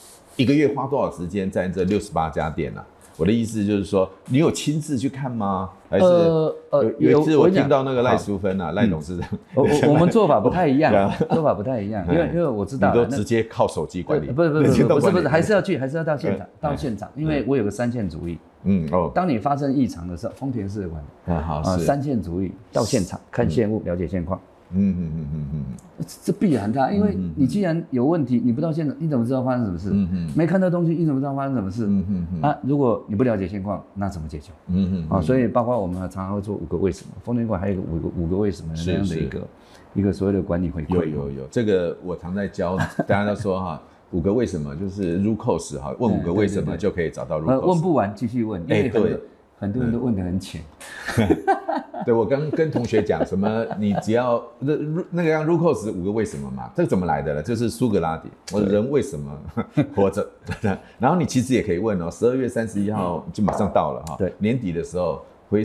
Speaker 1: 1个月花多少时间在这68家店啊？我的意思就是说，你有亲自去看吗？还是有一次我听到那个赖淑芬赖董事长，
Speaker 2: 我们做法不太一样，因为我知道
Speaker 1: 你都直接靠手机管理，
Speaker 2: 不是，还是要到现场，因为我有个3线主义。当你发生异常的时候，丰田式的管理，3线主义到现场看现物，了解现况。这必然的，因为你既然有问题，你不到现场，你怎么知道发生什么事？没看到东西，你怎么知道发生什么事？如果你不了解现况，那怎么解决？所以包括我们常常会做5个为什么，丰田管还有5个为什么那样的一个所谓的管理回馈。
Speaker 1: 有，这个我常在教，大家都说5个为什么就是 root cause 问5个为什么就可以找到 root cause。
Speaker 2: 问不完继续问，因为很多人都问得很浅。
Speaker 1: 对，我刚跟同学讲什么，你只要那个让 root cause 5个为什么嘛，这个怎么来的呢？就是苏格拉底，人为什么活着？然后你其实也可以问12月31号就马上到了
Speaker 2: 对，
Speaker 1: 年底的时候问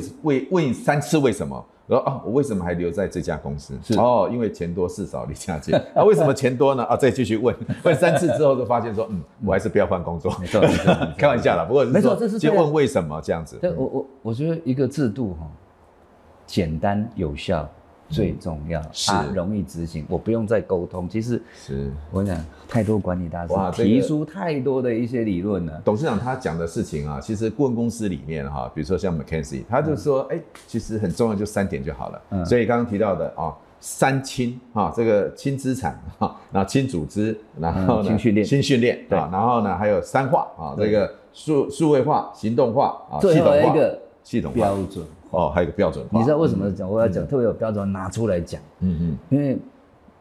Speaker 1: 3次为什么？我为什么还留在这家公司？因为钱多事少离家近。为什么钱多呢？再继续问3次之后，就发现说，我还是不要换工作。
Speaker 2: 没错，
Speaker 1: 开玩笑啦，不过
Speaker 2: 没错，这是
Speaker 1: 就问为什么这样子。
Speaker 2: 我觉得一个制度简单有效最重要，容易执行，我不用再沟通。其实我跟你讲，太多管理大师提出太多的一些理论了。
Speaker 1: 董事长他讲的事情其实顾问公司里面比如说像 McKinsey， 他就说，其实很重要就3点就好了。所以刚刚提到的3轻这个轻资产然后轻组织，然后呢轻训练然后呢还有3化这个数位化、行动化
Speaker 2: 最后一个
Speaker 1: 系统化
Speaker 2: 标准。
Speaker 1: 还有一个标准化。
Speaker 2: 你知道为什么讲？我要讲特别有标准拿出来讲。因为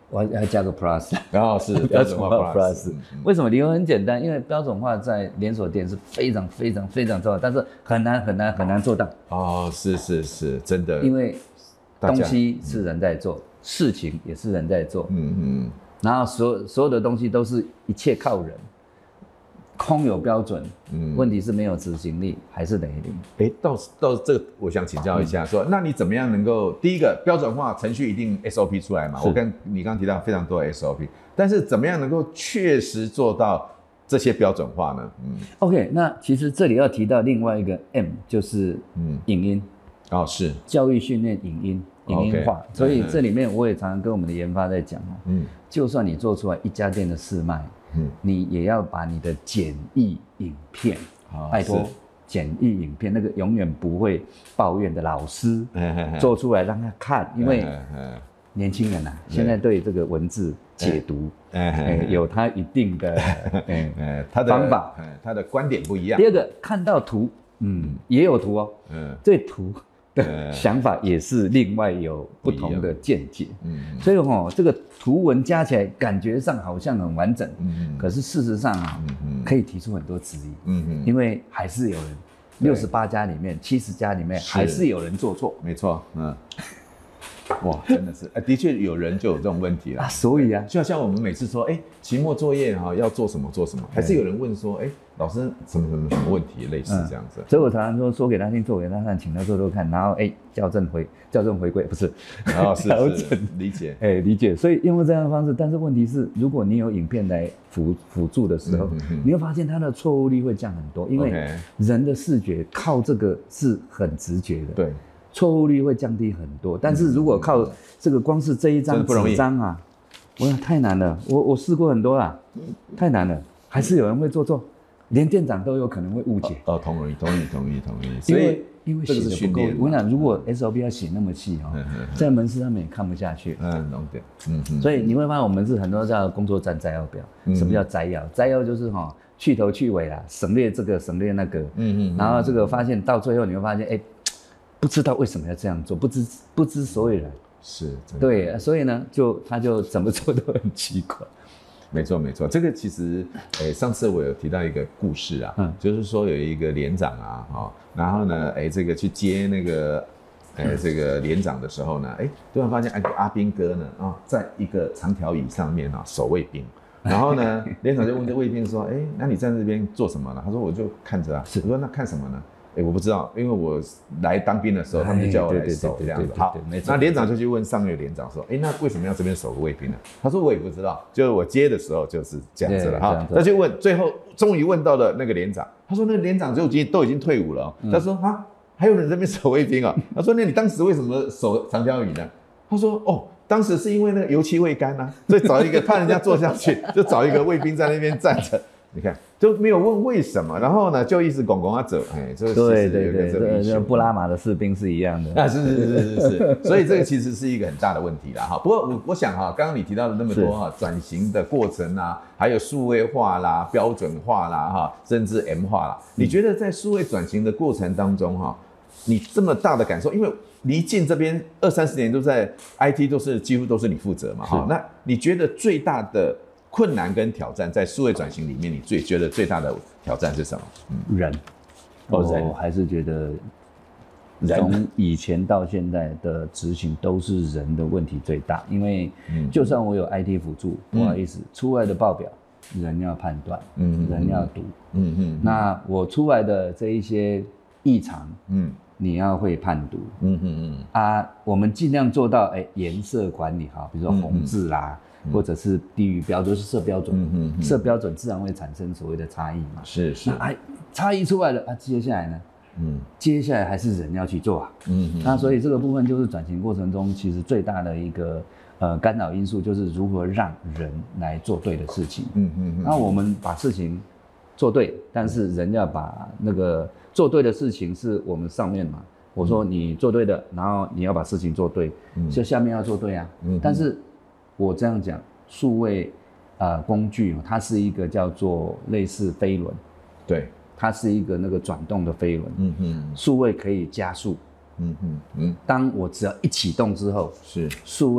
Speaker 2: 我要加个 plus，
Speaker 1: 然后是标准化 plus，
Speaker 2: 为什么？理由很简单，因为标准化在连锁店是非常非常非常重要，但是很难做到。
Speaker 1: 哦，是，真的，
Speaker 2: 因为东西是人在做，事情也是人在做，然后所有的东西都是一切靠人。空有标准，问题是没有执行力，还是等于零。
Speaker 1: 到这个，我想请教一下，说那你怎么样能够第一个标准化程序一定 SOP 出来嘛？我跟你刚刚提到非常多的 SOP， 但是怎么样能够确实做到这些标准化呢
Speaker 2: ？OK， 那其实这里要提到另外一个 M， 就是影音。
Speaker 1: 哦，是
Speaker 2: 教育训练影音化，所以这里面我也常常跟我们的研发在讲就算你做出来一家店的试卖。你也要把你的简易影片，拜托，简易影片那个永远不会抱怨的老师做出来让他看，因为年轻人现在对这个文字解读有他一定的
Speaker 1: 他的
Speaker 2: 方法，
Speaker 1: 他的观点不一样。
Speaker 2: 第二个看到图，也有图哦，对图的想法也是另外有不同的见解，所以这个图文加起来感觉上好像很完整，可是事实上可以提出很多质疑，因为还是有人68家里面70家里面还是有人做错，
Speaker 1: 没错，哇，真的是，的确有人就有这种问题啦。
Speaker 2: 所以
Speaker 1: 就像我们每次说，期末作业要做什么，还是有人问说，老师什么问题，类似这样子。
Speaker 2: 所以我常常说给他听，做给他看，请他做看，然后校正回归，不是，
Speaker 1: 调整理解，
Speaker 2: 理解。所以用这样的方式，但是问题是，如果你有影片来辅助的时候，你会发现它的错误率会降很多，因为人的视觉靠这个是很直觉的，
Speaker 1: 对。
Speaker 2: 错误率会降低很多，但是如果靠这个光是这一张纸张太难了。我试过很多啦，太难了，还是有人会做错，连店长都有可能会误解。
Speaker 1: 同意。
Speaker 2: 所以因为写的不够，我想如果 SOP 要写那么细在门市他们也看不下去。
Speaker 1: 懂点。
Speaker 2: 所以你会发现我们是很多叫工作站摘要表。什么叫摘要？摘要就是去头去尾啦，省略这个省略那个。然后这个发现到最后你会发现不知道为什么要这样做，不知所以然。
Speaker 1: 是，
Speaker 2: 对，所以呢，他就怎么做都很奇怪。
Speaker 1: 没错，这个其实，上次我有提到一个故事啊，就是说有一个连长然后呢，这个去接那个，这个连长的时候呢，突然发现阿兵哥呢，在一个长条椅上面守卫兵，然后呢，连长就问这卫兵说，那你在那边做什么呢？他说我就看着啊。我说那看什么呢？我不知道，因为我来当兵的时候，他们就叫我来守这样子。好，那连长就去问上一个连长说：“那为什么要这边守个卫兵呢？”他说：“我也不知道，就是我接的时候就是这样子了。”哈，他就问，最后终于问到了那个连长。他说：“那个连长都已经退伍了。”他说：“还有人在这边守卫兵啊？”他说：“那你当时为什么守长条椅呢？”他说：“当时是因为那个油漆未干啊，所以找一个怕人家坐下去，就找一个卫兵在那边站着。”你看就没有问为什么，然后呢就一直拱走，
Speaker 2: 对，布拉马的士兵是一样的
Speaker 1: 是，所以这个其实是一个很大的问题啦。不过我想刚刚你提到的那么多转型的过程啊，还有数位化啦、标准化啦甚至 M 化啦，你觉得在数位转型的过程当中你这么大的感受，因为离境这边20-30年都在 IT 几乎都是你负责嘛那你觉得最大的困难跟挑战在数位转型里面，你觉得最大的挑战是什么？
Speaker 2: 人，我还是觉得从以前到现在的执行都是人的问题最大，因为就算我有 IT 辅助，不好意思，出来的报表人要判断，人要读，那我出来的这一些异常，你要会判读，我们尽量做到颜色管理比如说红字啦。或者是低于标准，就是设标准，设标准自然会产生所谓的差异嘛。
Speaker 1: 是，
Speaker 2: 那差异出来了接下来呢？接下来还是人要去做那所以这个部分就是转型过程中其实最大的一个干扰因素，就是如何让人来做对的事情。那我们把事情做对，但是人要把那个做对的事情是我们上面嘛。我说你做对的，然后你要把事情做对，就下面要做对啊。但是我这样讲，数位工具它是一个叫做类似飞轮，
Speaker 1: 对，
Speaker 2: 它是一个那个转动的飞轮，数位可以加速，当我只要一启动之后，
Speaker 1: 是
Speaker 2: 数位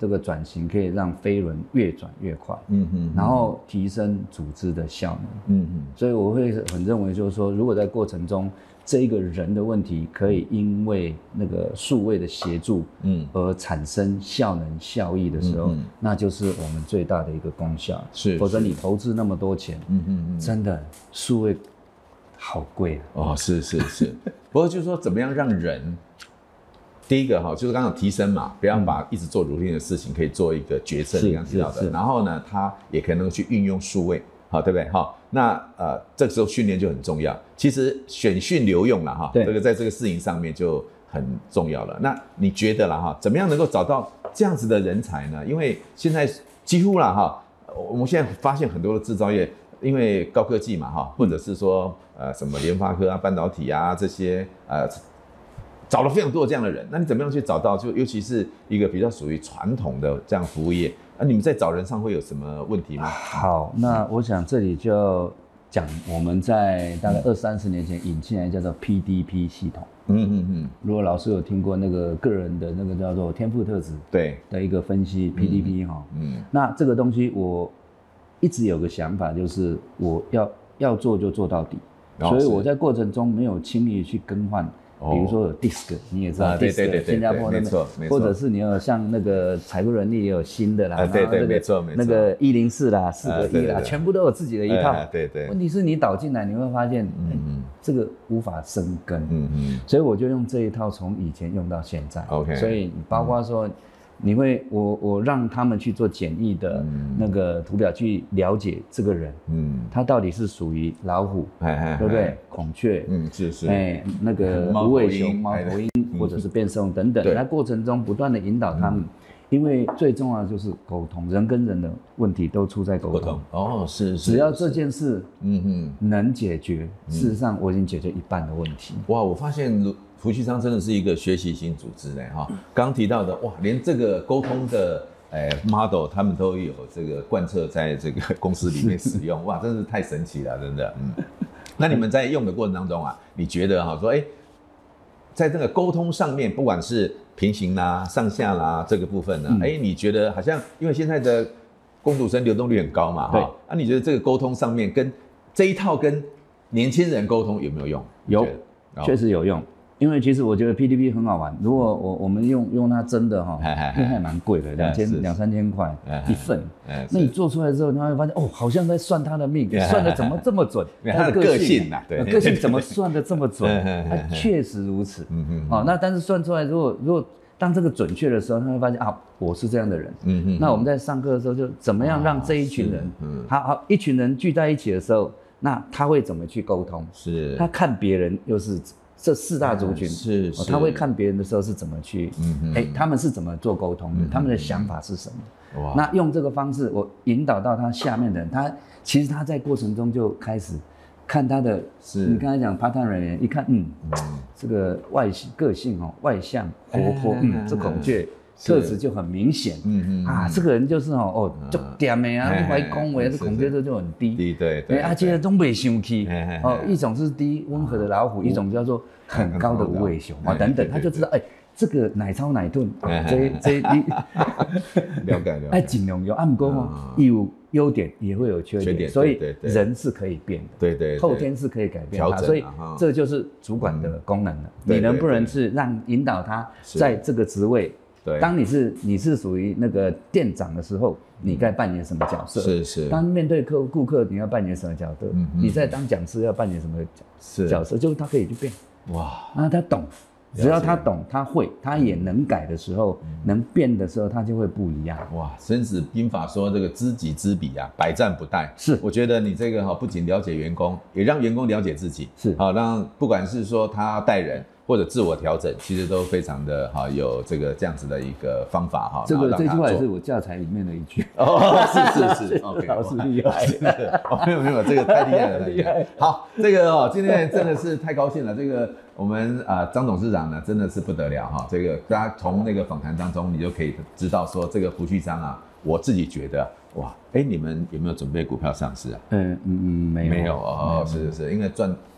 Speaker 2: 这个转型可以让飞轮越转越快，然后提升组织的效能，所以我会很认为就是说，如果在过程中这一个人的问题可以因为那个数位的协助，而产生效能效益的时候，那就是我们最大的一个功效。
Speaker 1: 是，
Speaker 2: 否则你投资那么多钱，真的数位好贵啊。
Speaker 1: 哦，是。不过就是说，怎么样让人，第一个哈，就是刚刚提升嘛，不要把一直做 routine 的事情，可以做一个决策，你刚刚提到的。然后呢，他也可能去运用数位。好，对不对？好，那这个时候训练就很重要。其实选训留用了哈，这个在这个事情上面就很重要了。那你觉得啦哈，怎么样能够找到这样子的人才呢？因为现在几乎啦哈，我们现在发现很多的制造业，因为高科技嘛哈，或者是说什么联发科啊、半导体啊这些找了非常多的这样的人。那你怎么样去找到？就尤其是一个比较属于传统的这样服务业。你们在找人上会有什么问题吗？
Speaker 2: 好，那我想这里就要讲我们在大概20-30年前引进来叫做 PDP 系统。如果老师有听过那个个人的那个叫做天赋特质对的一个分析 PDP 哈，那这个东西我一直有个想法，就是我要做就做到底，所以我在过程中没有轻易去更换。比如说有 DISC， 你也知道 DISC， 新加坡那边，或者是你有像那个财务人力也有新的啦，
Speaker 1: 对，没错，
Speaker 2: 那个104啦、4个1啦，全部都有自己的一套。
Speaker 1: 对。
Speaker 2: 问题是你导进来，你会发现，这个无法生根。所以我就用这一套从以前用到现在。OK， 所以包括说。你会我让他们去做简易的那个图表，去了解这个人，他到底是属于老虎，对不对？孔雀，
Speaker 1: 是，
Speaker 2: 那个无尾熊、猫头鹰，或者是变色龙等等。那过程中不断的引导他们，因为最重要的就是沟通，人跟人的问题都出在沟通。
Speaker 1: 哦，是，
Speaker 2: 只要这件事，能解决，事实上我已经解决一半的问题。
Speaker 1: 哇，我发现。福煦商真的是一个学习型组织嘞哈，刚提到的哇，连这个沟通的model 他们都有这个贯彻在这个公司里面使用，哇，真是太神奇了，真的。那你们在用的过程当中啊，你觉得哈说在这个沟通上面，不管是平行啦、上下啦这个部分呢，你觉得好像因为现在的工读生流动率很高嘛哈，你觉得这个沟通上面跟这一套跟年轻人沟通有没有用？
Speaker 2: 有，确实有用。因为其实我觉得 PDP 很好玩，如果我们用它真的哈，因为还蛮贵的，2-3千块一份。那你做出来之后，你会发现好像在算他的命，算的怎么这么准？
Speaker 1: 他的个性呐，
Speaker 2: 对，个性怎么算的这么准？它确实如此。那但是算出来，如果当这个准确的时候，他会发现我是这样的人。那我们在上课的时候，就怎么样让这一群人，一群人聚在一起的时候，那他会怎么去沟通？是，他看别人又是。这4大族群他会看别人的时候是怎么去，他们是怎么做沟通的，他们的想法是什么？那用这个方式，我引导到他下面的人，其实他在过程中就开始看他的，你刚才讲 part-time 人员，一看，这个个性外向活泼，这孔雀特质就很明显，这个人就是就点的啊，你怀恭维，这孔雀座就很低，对，这个都没生气，一种是低温和的老虎，一种叫做很高的无尾熊等等，他就知道，这个奶超奶顿，这
Speaker 1: 了解，
Speaker 2: 尽量用，不过有优点也会有缺点，所以人是可以变的，对，后天是可以改变它，所以这就是主管的功能了，你能不能是让引导他在这个职位。当你是属于那个店长的时候，你该扮演什么角色？是。当面对顾客，你要扮演什么角色？你在当讲师要扮演什么角色？就是他可以去变。哇，那他懂，只要他懂，他会，他也能改的时候，能变的时候，他就会不一样。
Speaker 1: 哇，孙子兵法说这个知己知彼啊，百战不殆。是，我觉得你这个不仅了解员工，也让员工了解自己。是，让不管是说他带人。或者自我调整，其实都非常的有这样子的一个方法
Speaker 2: 这句话也是我教材里面的一句。
Speaker 1: 是 ，OK，
Speaker 2: 老师厉害。
Speaker 1: 没有，这个太厉害了，厉害。好，这个今天真的是太高兴了。这个我们张董事长呢，真的是不得了这个大家从那个访谈当中，你就可以知道说，这个福煦商啊，我自己觉得哇，你们有没有准备股票上市啊？
Speaker 2: 没有。
Speaker 1: 没有是，因为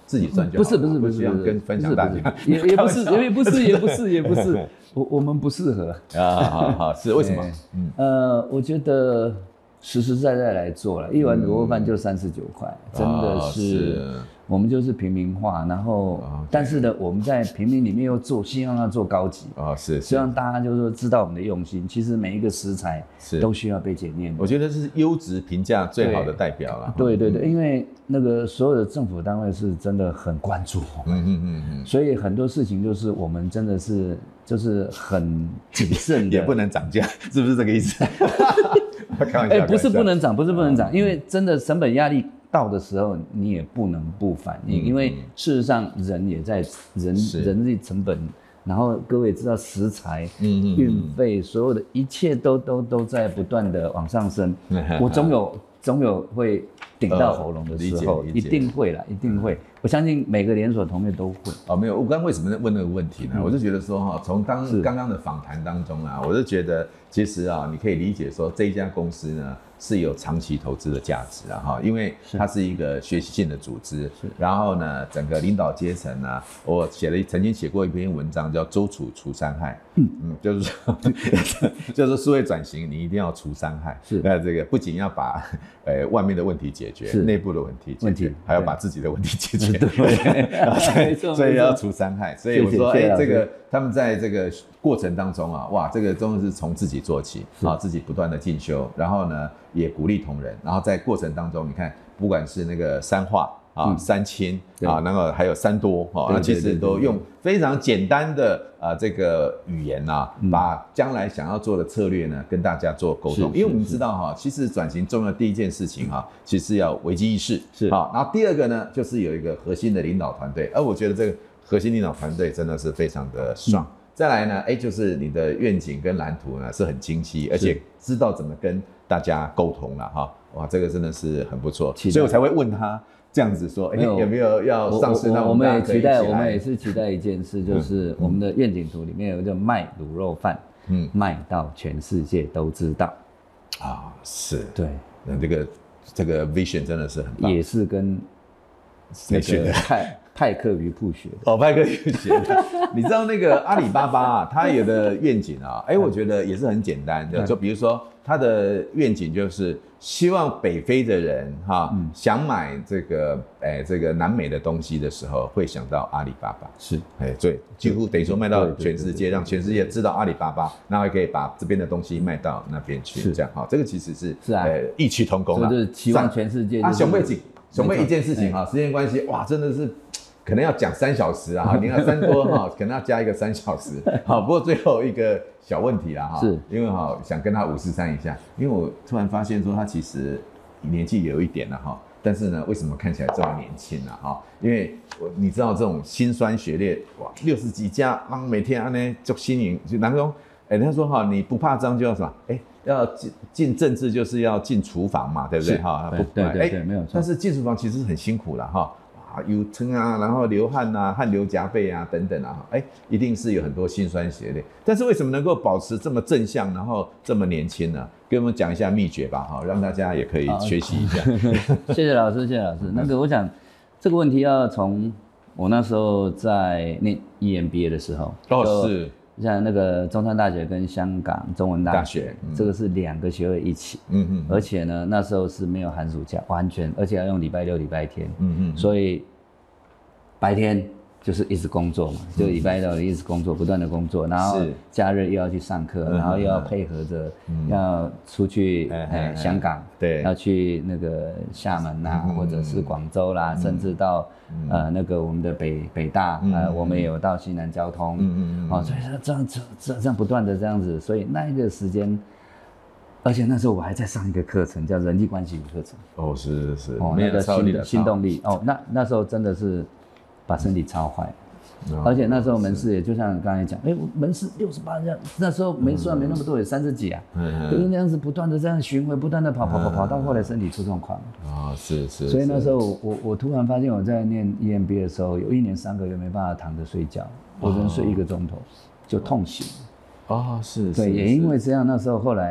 Speaker 1: 自己赚就好了，不需要跟分享大家，
Speaker 2: 也不是，我们不适合
Speaker 1: 啊，好是为什么？
Speaker 2: 我觉得实实在在来做了，一碗卤肉饭就39块，真的是。我们就是平民化，然后，但是呢，我们在平民里面又做，希望要做高级
Speaker 1: 是
Speaker 2: 希望大家就是说知道我们的用心。其实每一个食材都需要被检验。
Speaker 1: 我觉得这是优质评价最好的代表了。
Speaker 2: 对，因为那个所有的政府单位是真的很关注我们，所以很多事情就是我们真的是就是很谨慎的，
Speaker 1: 也不能涨价，是不是这个意思？开玩笑，
Speaker 2: 不是不能涨，因为真的成本压力到的时候，你也不能不反应，因为事实上人也在人力成本，然后各位也知道食材、运费，所有的一切都在不断的往上升，我总有会顶到喉咙的时候，一定会啦，一定会。我相信每个连锁同业都会。
Speaker 1: 没有，我刚为什么问那个问题呢？我就觉得说从刚刚的访谈当中啊，我就觉得其实你可以理解说这一家公司呢是有长期投资的价值啊，因为它是一个学习性的组织，然后呢，整个领导阶层呢，我曾经写过一篇文章叫《周楚除三害》，就是说就是数位转型，你一定要除三害，那这个不仅要把外面的问题解决，内部的问题解决，还要把自己的问题解决，所以要除三害。所以我说，这个他们在这个过程当中啊，哇，这个真的是从自己做起啊，自己不断的进修，然后呢，也鼓励同仁，然后在过程当中，你看，不管是那个三化三亲然后还有三多那其实都用非常简单的这个语言把将来想要做的策略呢跟大家做沟通，因为我们知道其实转型重要的第一件事情其实要危机意识然后第二个呢就是有一个核心的领导团队，而我觉得这个核心领导团队真的是非常的爽。再来呢，就是你的愿景跟蓝图呢是很清晰，而且知道怎么跟大家沟通了哇，这个真的是很不错，所以我才会问他这样子说，有没有要上市？那
Speaker 2: 我们也期待，我们也是期待一件事，就是我们的愿景图里面有一个卖卤肉饭，卖到全世界都知道
Speaker 1: 是，
Speaker 2: 对，
Speaker 1: 那这个 vision 真的是很棒，
Speaker 2: 也是跟那个派克鱼铺学
Speaker 1: 的派克鱼学的。你知道那个阿里巴巴它有的愿景我觉得也是很简单的，就比如说它的愿景就是希望北非的人想买这个南美的东西的时候会想到阿里巴巴，
Speaker 2: 是
Speaker 1: 对，几乎等于说卖到全世界，让全世界知道阿里巴巴，然后也可以把这边的东西卖到那边去，这样这个其实是异曲同工
Speaker 2: 就是期望全世界
Speaker 1: 熊妹一件事情时间关系哇，真的是可能要讲3小时你看3多可能要加一个3小时不过最后一个小问题啦是因为想跟他543一下，因为我突然发现说他其实年纪有一点了但是呢为什么看起来这么年轻因为你知道这种辛酸血泪哇，60几家每天做新营，就难说人家说你不怕脏就要什么要进政治就是要进厨房嘛，对不对
Speaker 2: 对，没有错。
Speaker 1: 但是进厨房其实很辛苦啦有撑然后流汗汗流浃背等等一定是有很多辛酸血泪。但是为什么能够保持这么正向，然后这么年轻呢？跟我们讲一下秘诀吧让大家也可以学习一下。
Speaker 2: 谢谢老师，谢谢老师。那个我想这个问题要从我那时候在念 EMBA 的时候
Speaker 1: 是。
Speaker 2: 像那个中山大学跟香港中文大学，这个是2个学位一起，而且呢那时候是没有寒暑假，完全，而且要用礼拜6、礼拜天，所以白天就是一直工作嘛，就礼拜6一直工作，不断的工作，然后假日又要去上课，然后又要配合着要出去香港，对，要去那个厦门或者是广州啦，甚至到那个我们的北大我们也有到西南交通，所以这样不断的这样子，所以那一个时间，而且那时候我还在上一个课程叫人际关系课程，
Speaker 1: 是
Speaker 2: 那个新动力那时候真的是把身体操坏，而且那时候门市也就像刚才讲，门市68家，那时候没算没那么多，有30几可是那样子不断的这样巡回，不断的跑到后来身体出状况
Speaker 1: 是，
Speaker 2: 所以那时候我突然发现我在念 EMBA 的时候，有1年3个月没办法躺着睡觉，我只能睡1个钟头就痛醒
Speaker 1: 是，
Speaker 2: 对，也因为这样，那时候后来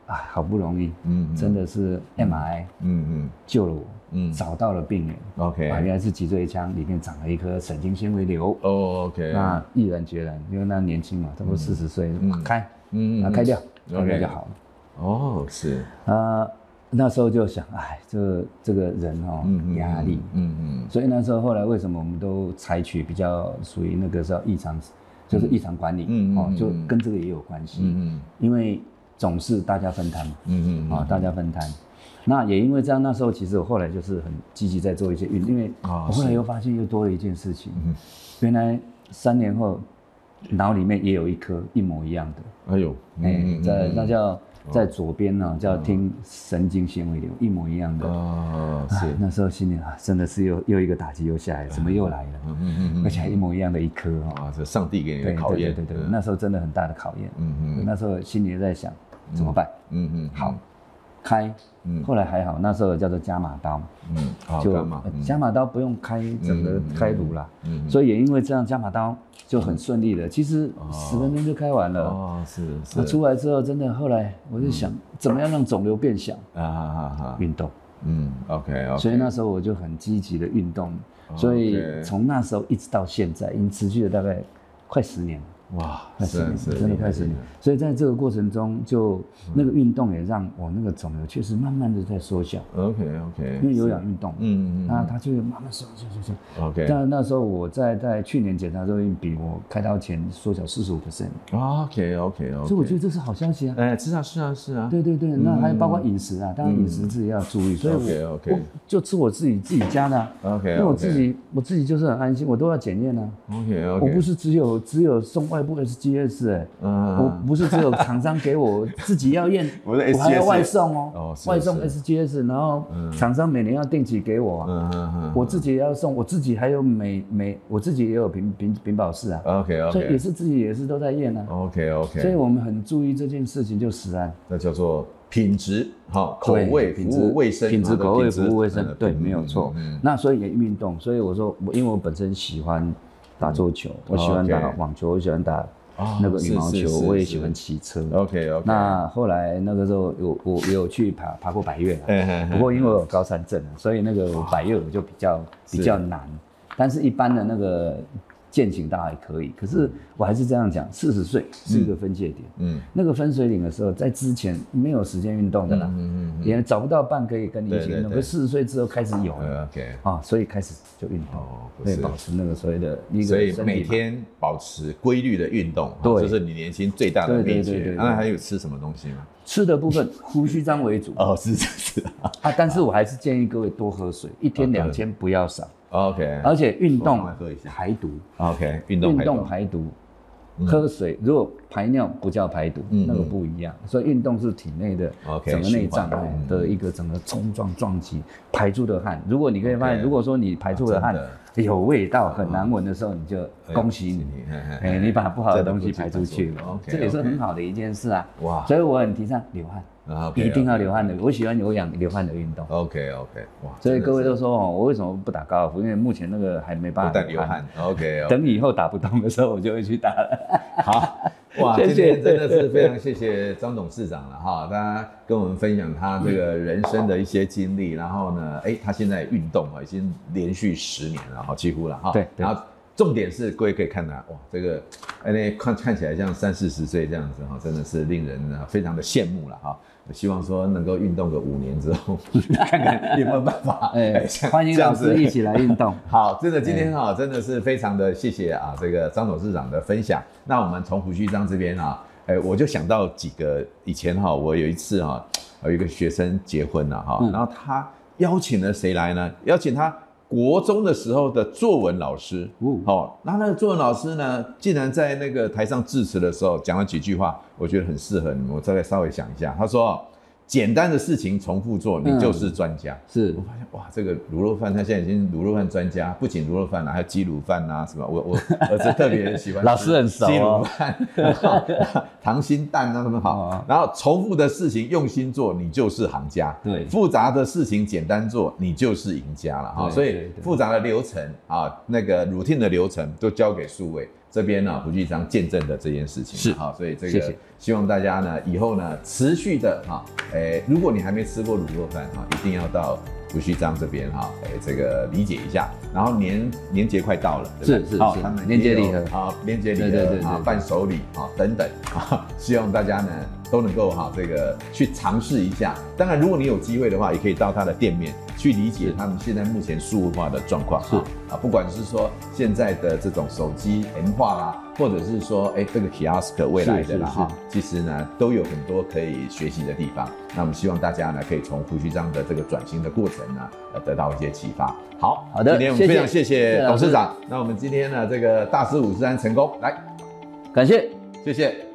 Speaker 2: 好不容易，真的是 MRI，救了我，找到了病源，OK，原来是脊椎腔里面长了一颗神经纤维瘤，OK，那毅然决然，因为那年轻嘛，差不多40岁，开掉就好了。哦，是那时候就想，这个人压力，所以那时候后来为什么我们都采取比较属于那个叫异常，就是异常管理，就跟这个也有关系，因为总是大家分摊嘛，大家分摊。那也因为这样，那时候其实我后来就是很积极在做一些运动，因为我后来又发现又多了一件事情，原来3年后脑里面也有一颗一模一样的，那叫。在左边呢，叫听神经纤维瘤，一模一样的。是那时候心里真的是又一个打击又下来了，怎么又来了？而且还一模一样的一颗
Speaker 1: 这上帝给你的考验。
Speaker 2: 对，那时候真的很大的考验。那时候心里在想怎么办？好，开。后来还好，那时候叫做伽马刀。就伽马刀不用开整个开颅啦。所以也因为这样，伽马刀就很顺利的，其实10分钟就开完了。是。那出来之后，真的后来我就想，怎么样让肿瘤变小？运动。OK。所以那时候我就很积极的运动，所以从那时候一直到现在，已经持续了大概快10年了。哇，快10年，真的快10年。所以在这个过程中，就那个运动也让我那个肿瘤确实慢慢的在缩小。OK， 因为有氧运动，那它就慢慢缩。OK。但那时候我在去年检查的时候，比我开刀前缩小45%。OK。所以我觉得这是好消息啊。是啊。对，那还包括饮食啊，当然饮食自己要注意。所以我就吃我自己家的。OK。因为我自己就是很安心，我都要检验啊。OK。我不是只有送外部 SGS 我不是只有厂商给我自己要验，我还要外送外送 SGS， 然后厂商每年要定期给我我自己也要送，我自己还有我自己也有品保室啊 ，OK， 所以自己也是都在验啊 ，OK， 所以我们很注意这件事情，就食安，
Speaker 1: 那叫做品质口味服务卫生，
Speaker 2: 品质口味服务卫生，对，没有错。那所以也运动，所以我说因为我本身喜欢打桌球，我喜欢打网球，我喜欢打那个羽毛球，我也喜欢骑车。OK。那后来那个时候我有去爬过百岳不过因为我有高山症，所以那个百岳我就比较难。但是一般的那个健行倒还可以，可是我还是这样讲，40岁是一个分界点。那个分水岭的时候，在之前没有时间运动的啦，也找不到伴可以跟你一起运动。可是40岁之后开始有了所以开始就运动，对，保持那个所谓的一个
Speaker 1: 所以每天保持规律的运动，这是你年轻最大的秘诀。那还有吃什么东西吗？
Speaker 2: 吃的部分胡须章为主。
Speaker 1: 是
Speaker 2: 但是我还是建议各位多喝水，1天2千不要少。
Speaker 1: OK，
Speaker 2: 而且运动排毒。
Speaker 1: OK， 运动排毒，
Speaker 2: 喝水如果排尿不叫排毒，那个不一样。所以运动是体内的整个内脏的一个整个冲撞撞击排出的汗。如果你可以发现，如果说你排出的汗有味道很难闻的时候，你就恭喜你，你把不好的东西排出去了，这也是很好的一件事啊。哇！所以我很提倡流汗。一定要流汗的，我喜欢有氧流汗的运动。OK， 哇！所以各位都说我为什么不打高尔夫？因为目前那个还没办法流汗。OK， 等以后打不动的时候，我就会去打了。
Speaker 1: 好，哇，今天真的是非常谢谢张董事长了哈，他跟我们分享他这个人生的一些经历，然后呢，他现在运动已经连续10年了哈，几乎了哈。对，然后。重点是各位可以看到，哇，这个看起来像30、40岁这样子哈，真的是令人非常的羡慕了哈。我希望说能够运动个5年之后，看看有没有办法。
Speaker 2: 欢迎老师一起来运动。
Speaker 1: 好，真的今天真的是非常的谢谢这个张董事长的分享。那我们从胡须章这边我就想到几个以前我有一次有一个学生结婚了然后他邀请了谁来呢？邀请他国中的时候的作文老师，那个作文老师呢，竟然在那个台上致辞的时候讲了几句话，我觉得很适合你们，我再稍微想一下。他说：“简单的事情重复做，你就是专家。”是我发现哇，这个卤肉饭他现在已经卤肉饭专家，不仅卤肉饭还有鸡卤饭什么。我儿子特别喜欢
Speaker 2: 老师很熟
Speaker 1: 鸡卤饭、溏心蛋什么好。然后重复的事情用心做，你就是行家。对，复杂的事情简单做，你就是赢家了所以复杂的流程那个 routine 的流程都交给数位。 这边呢胡须章见证的这件事情
Speaker 2: 是
Speaker 1: 好，所以这个
Speaker 2: 谢谢
Speaker 1: 希望大家呢以后呢持续的如果你还没吃过卤肉饭一定要到胡须章这边这个理解一下。然后年节快到了，对不对？
Speaker 2: 是
Speaker 1: 他们
Speaker 2: 年节礼盒
Speaker 1: 年节礼盒
Speaker 2: 对
Speaker 1: 伴手礼等等希望大家呢都能够这个去尝试一下。当然，如果你有机会的话，也可以到他的店面去理解他们现在目前数位化的状况不管是说现在的这种手机M化啦，或者是说这个 kiosk 未来的啦其实呢都有很多可以学习的地方。那我们希望大家呢可以从胡须章的这个转型的过程呢得到一些启发。好的，今天我们非常谢谢董事长。那我们今天呢这个大师53成功来，
Speaker 2: 感谢，
Speaker 1: 谢谢。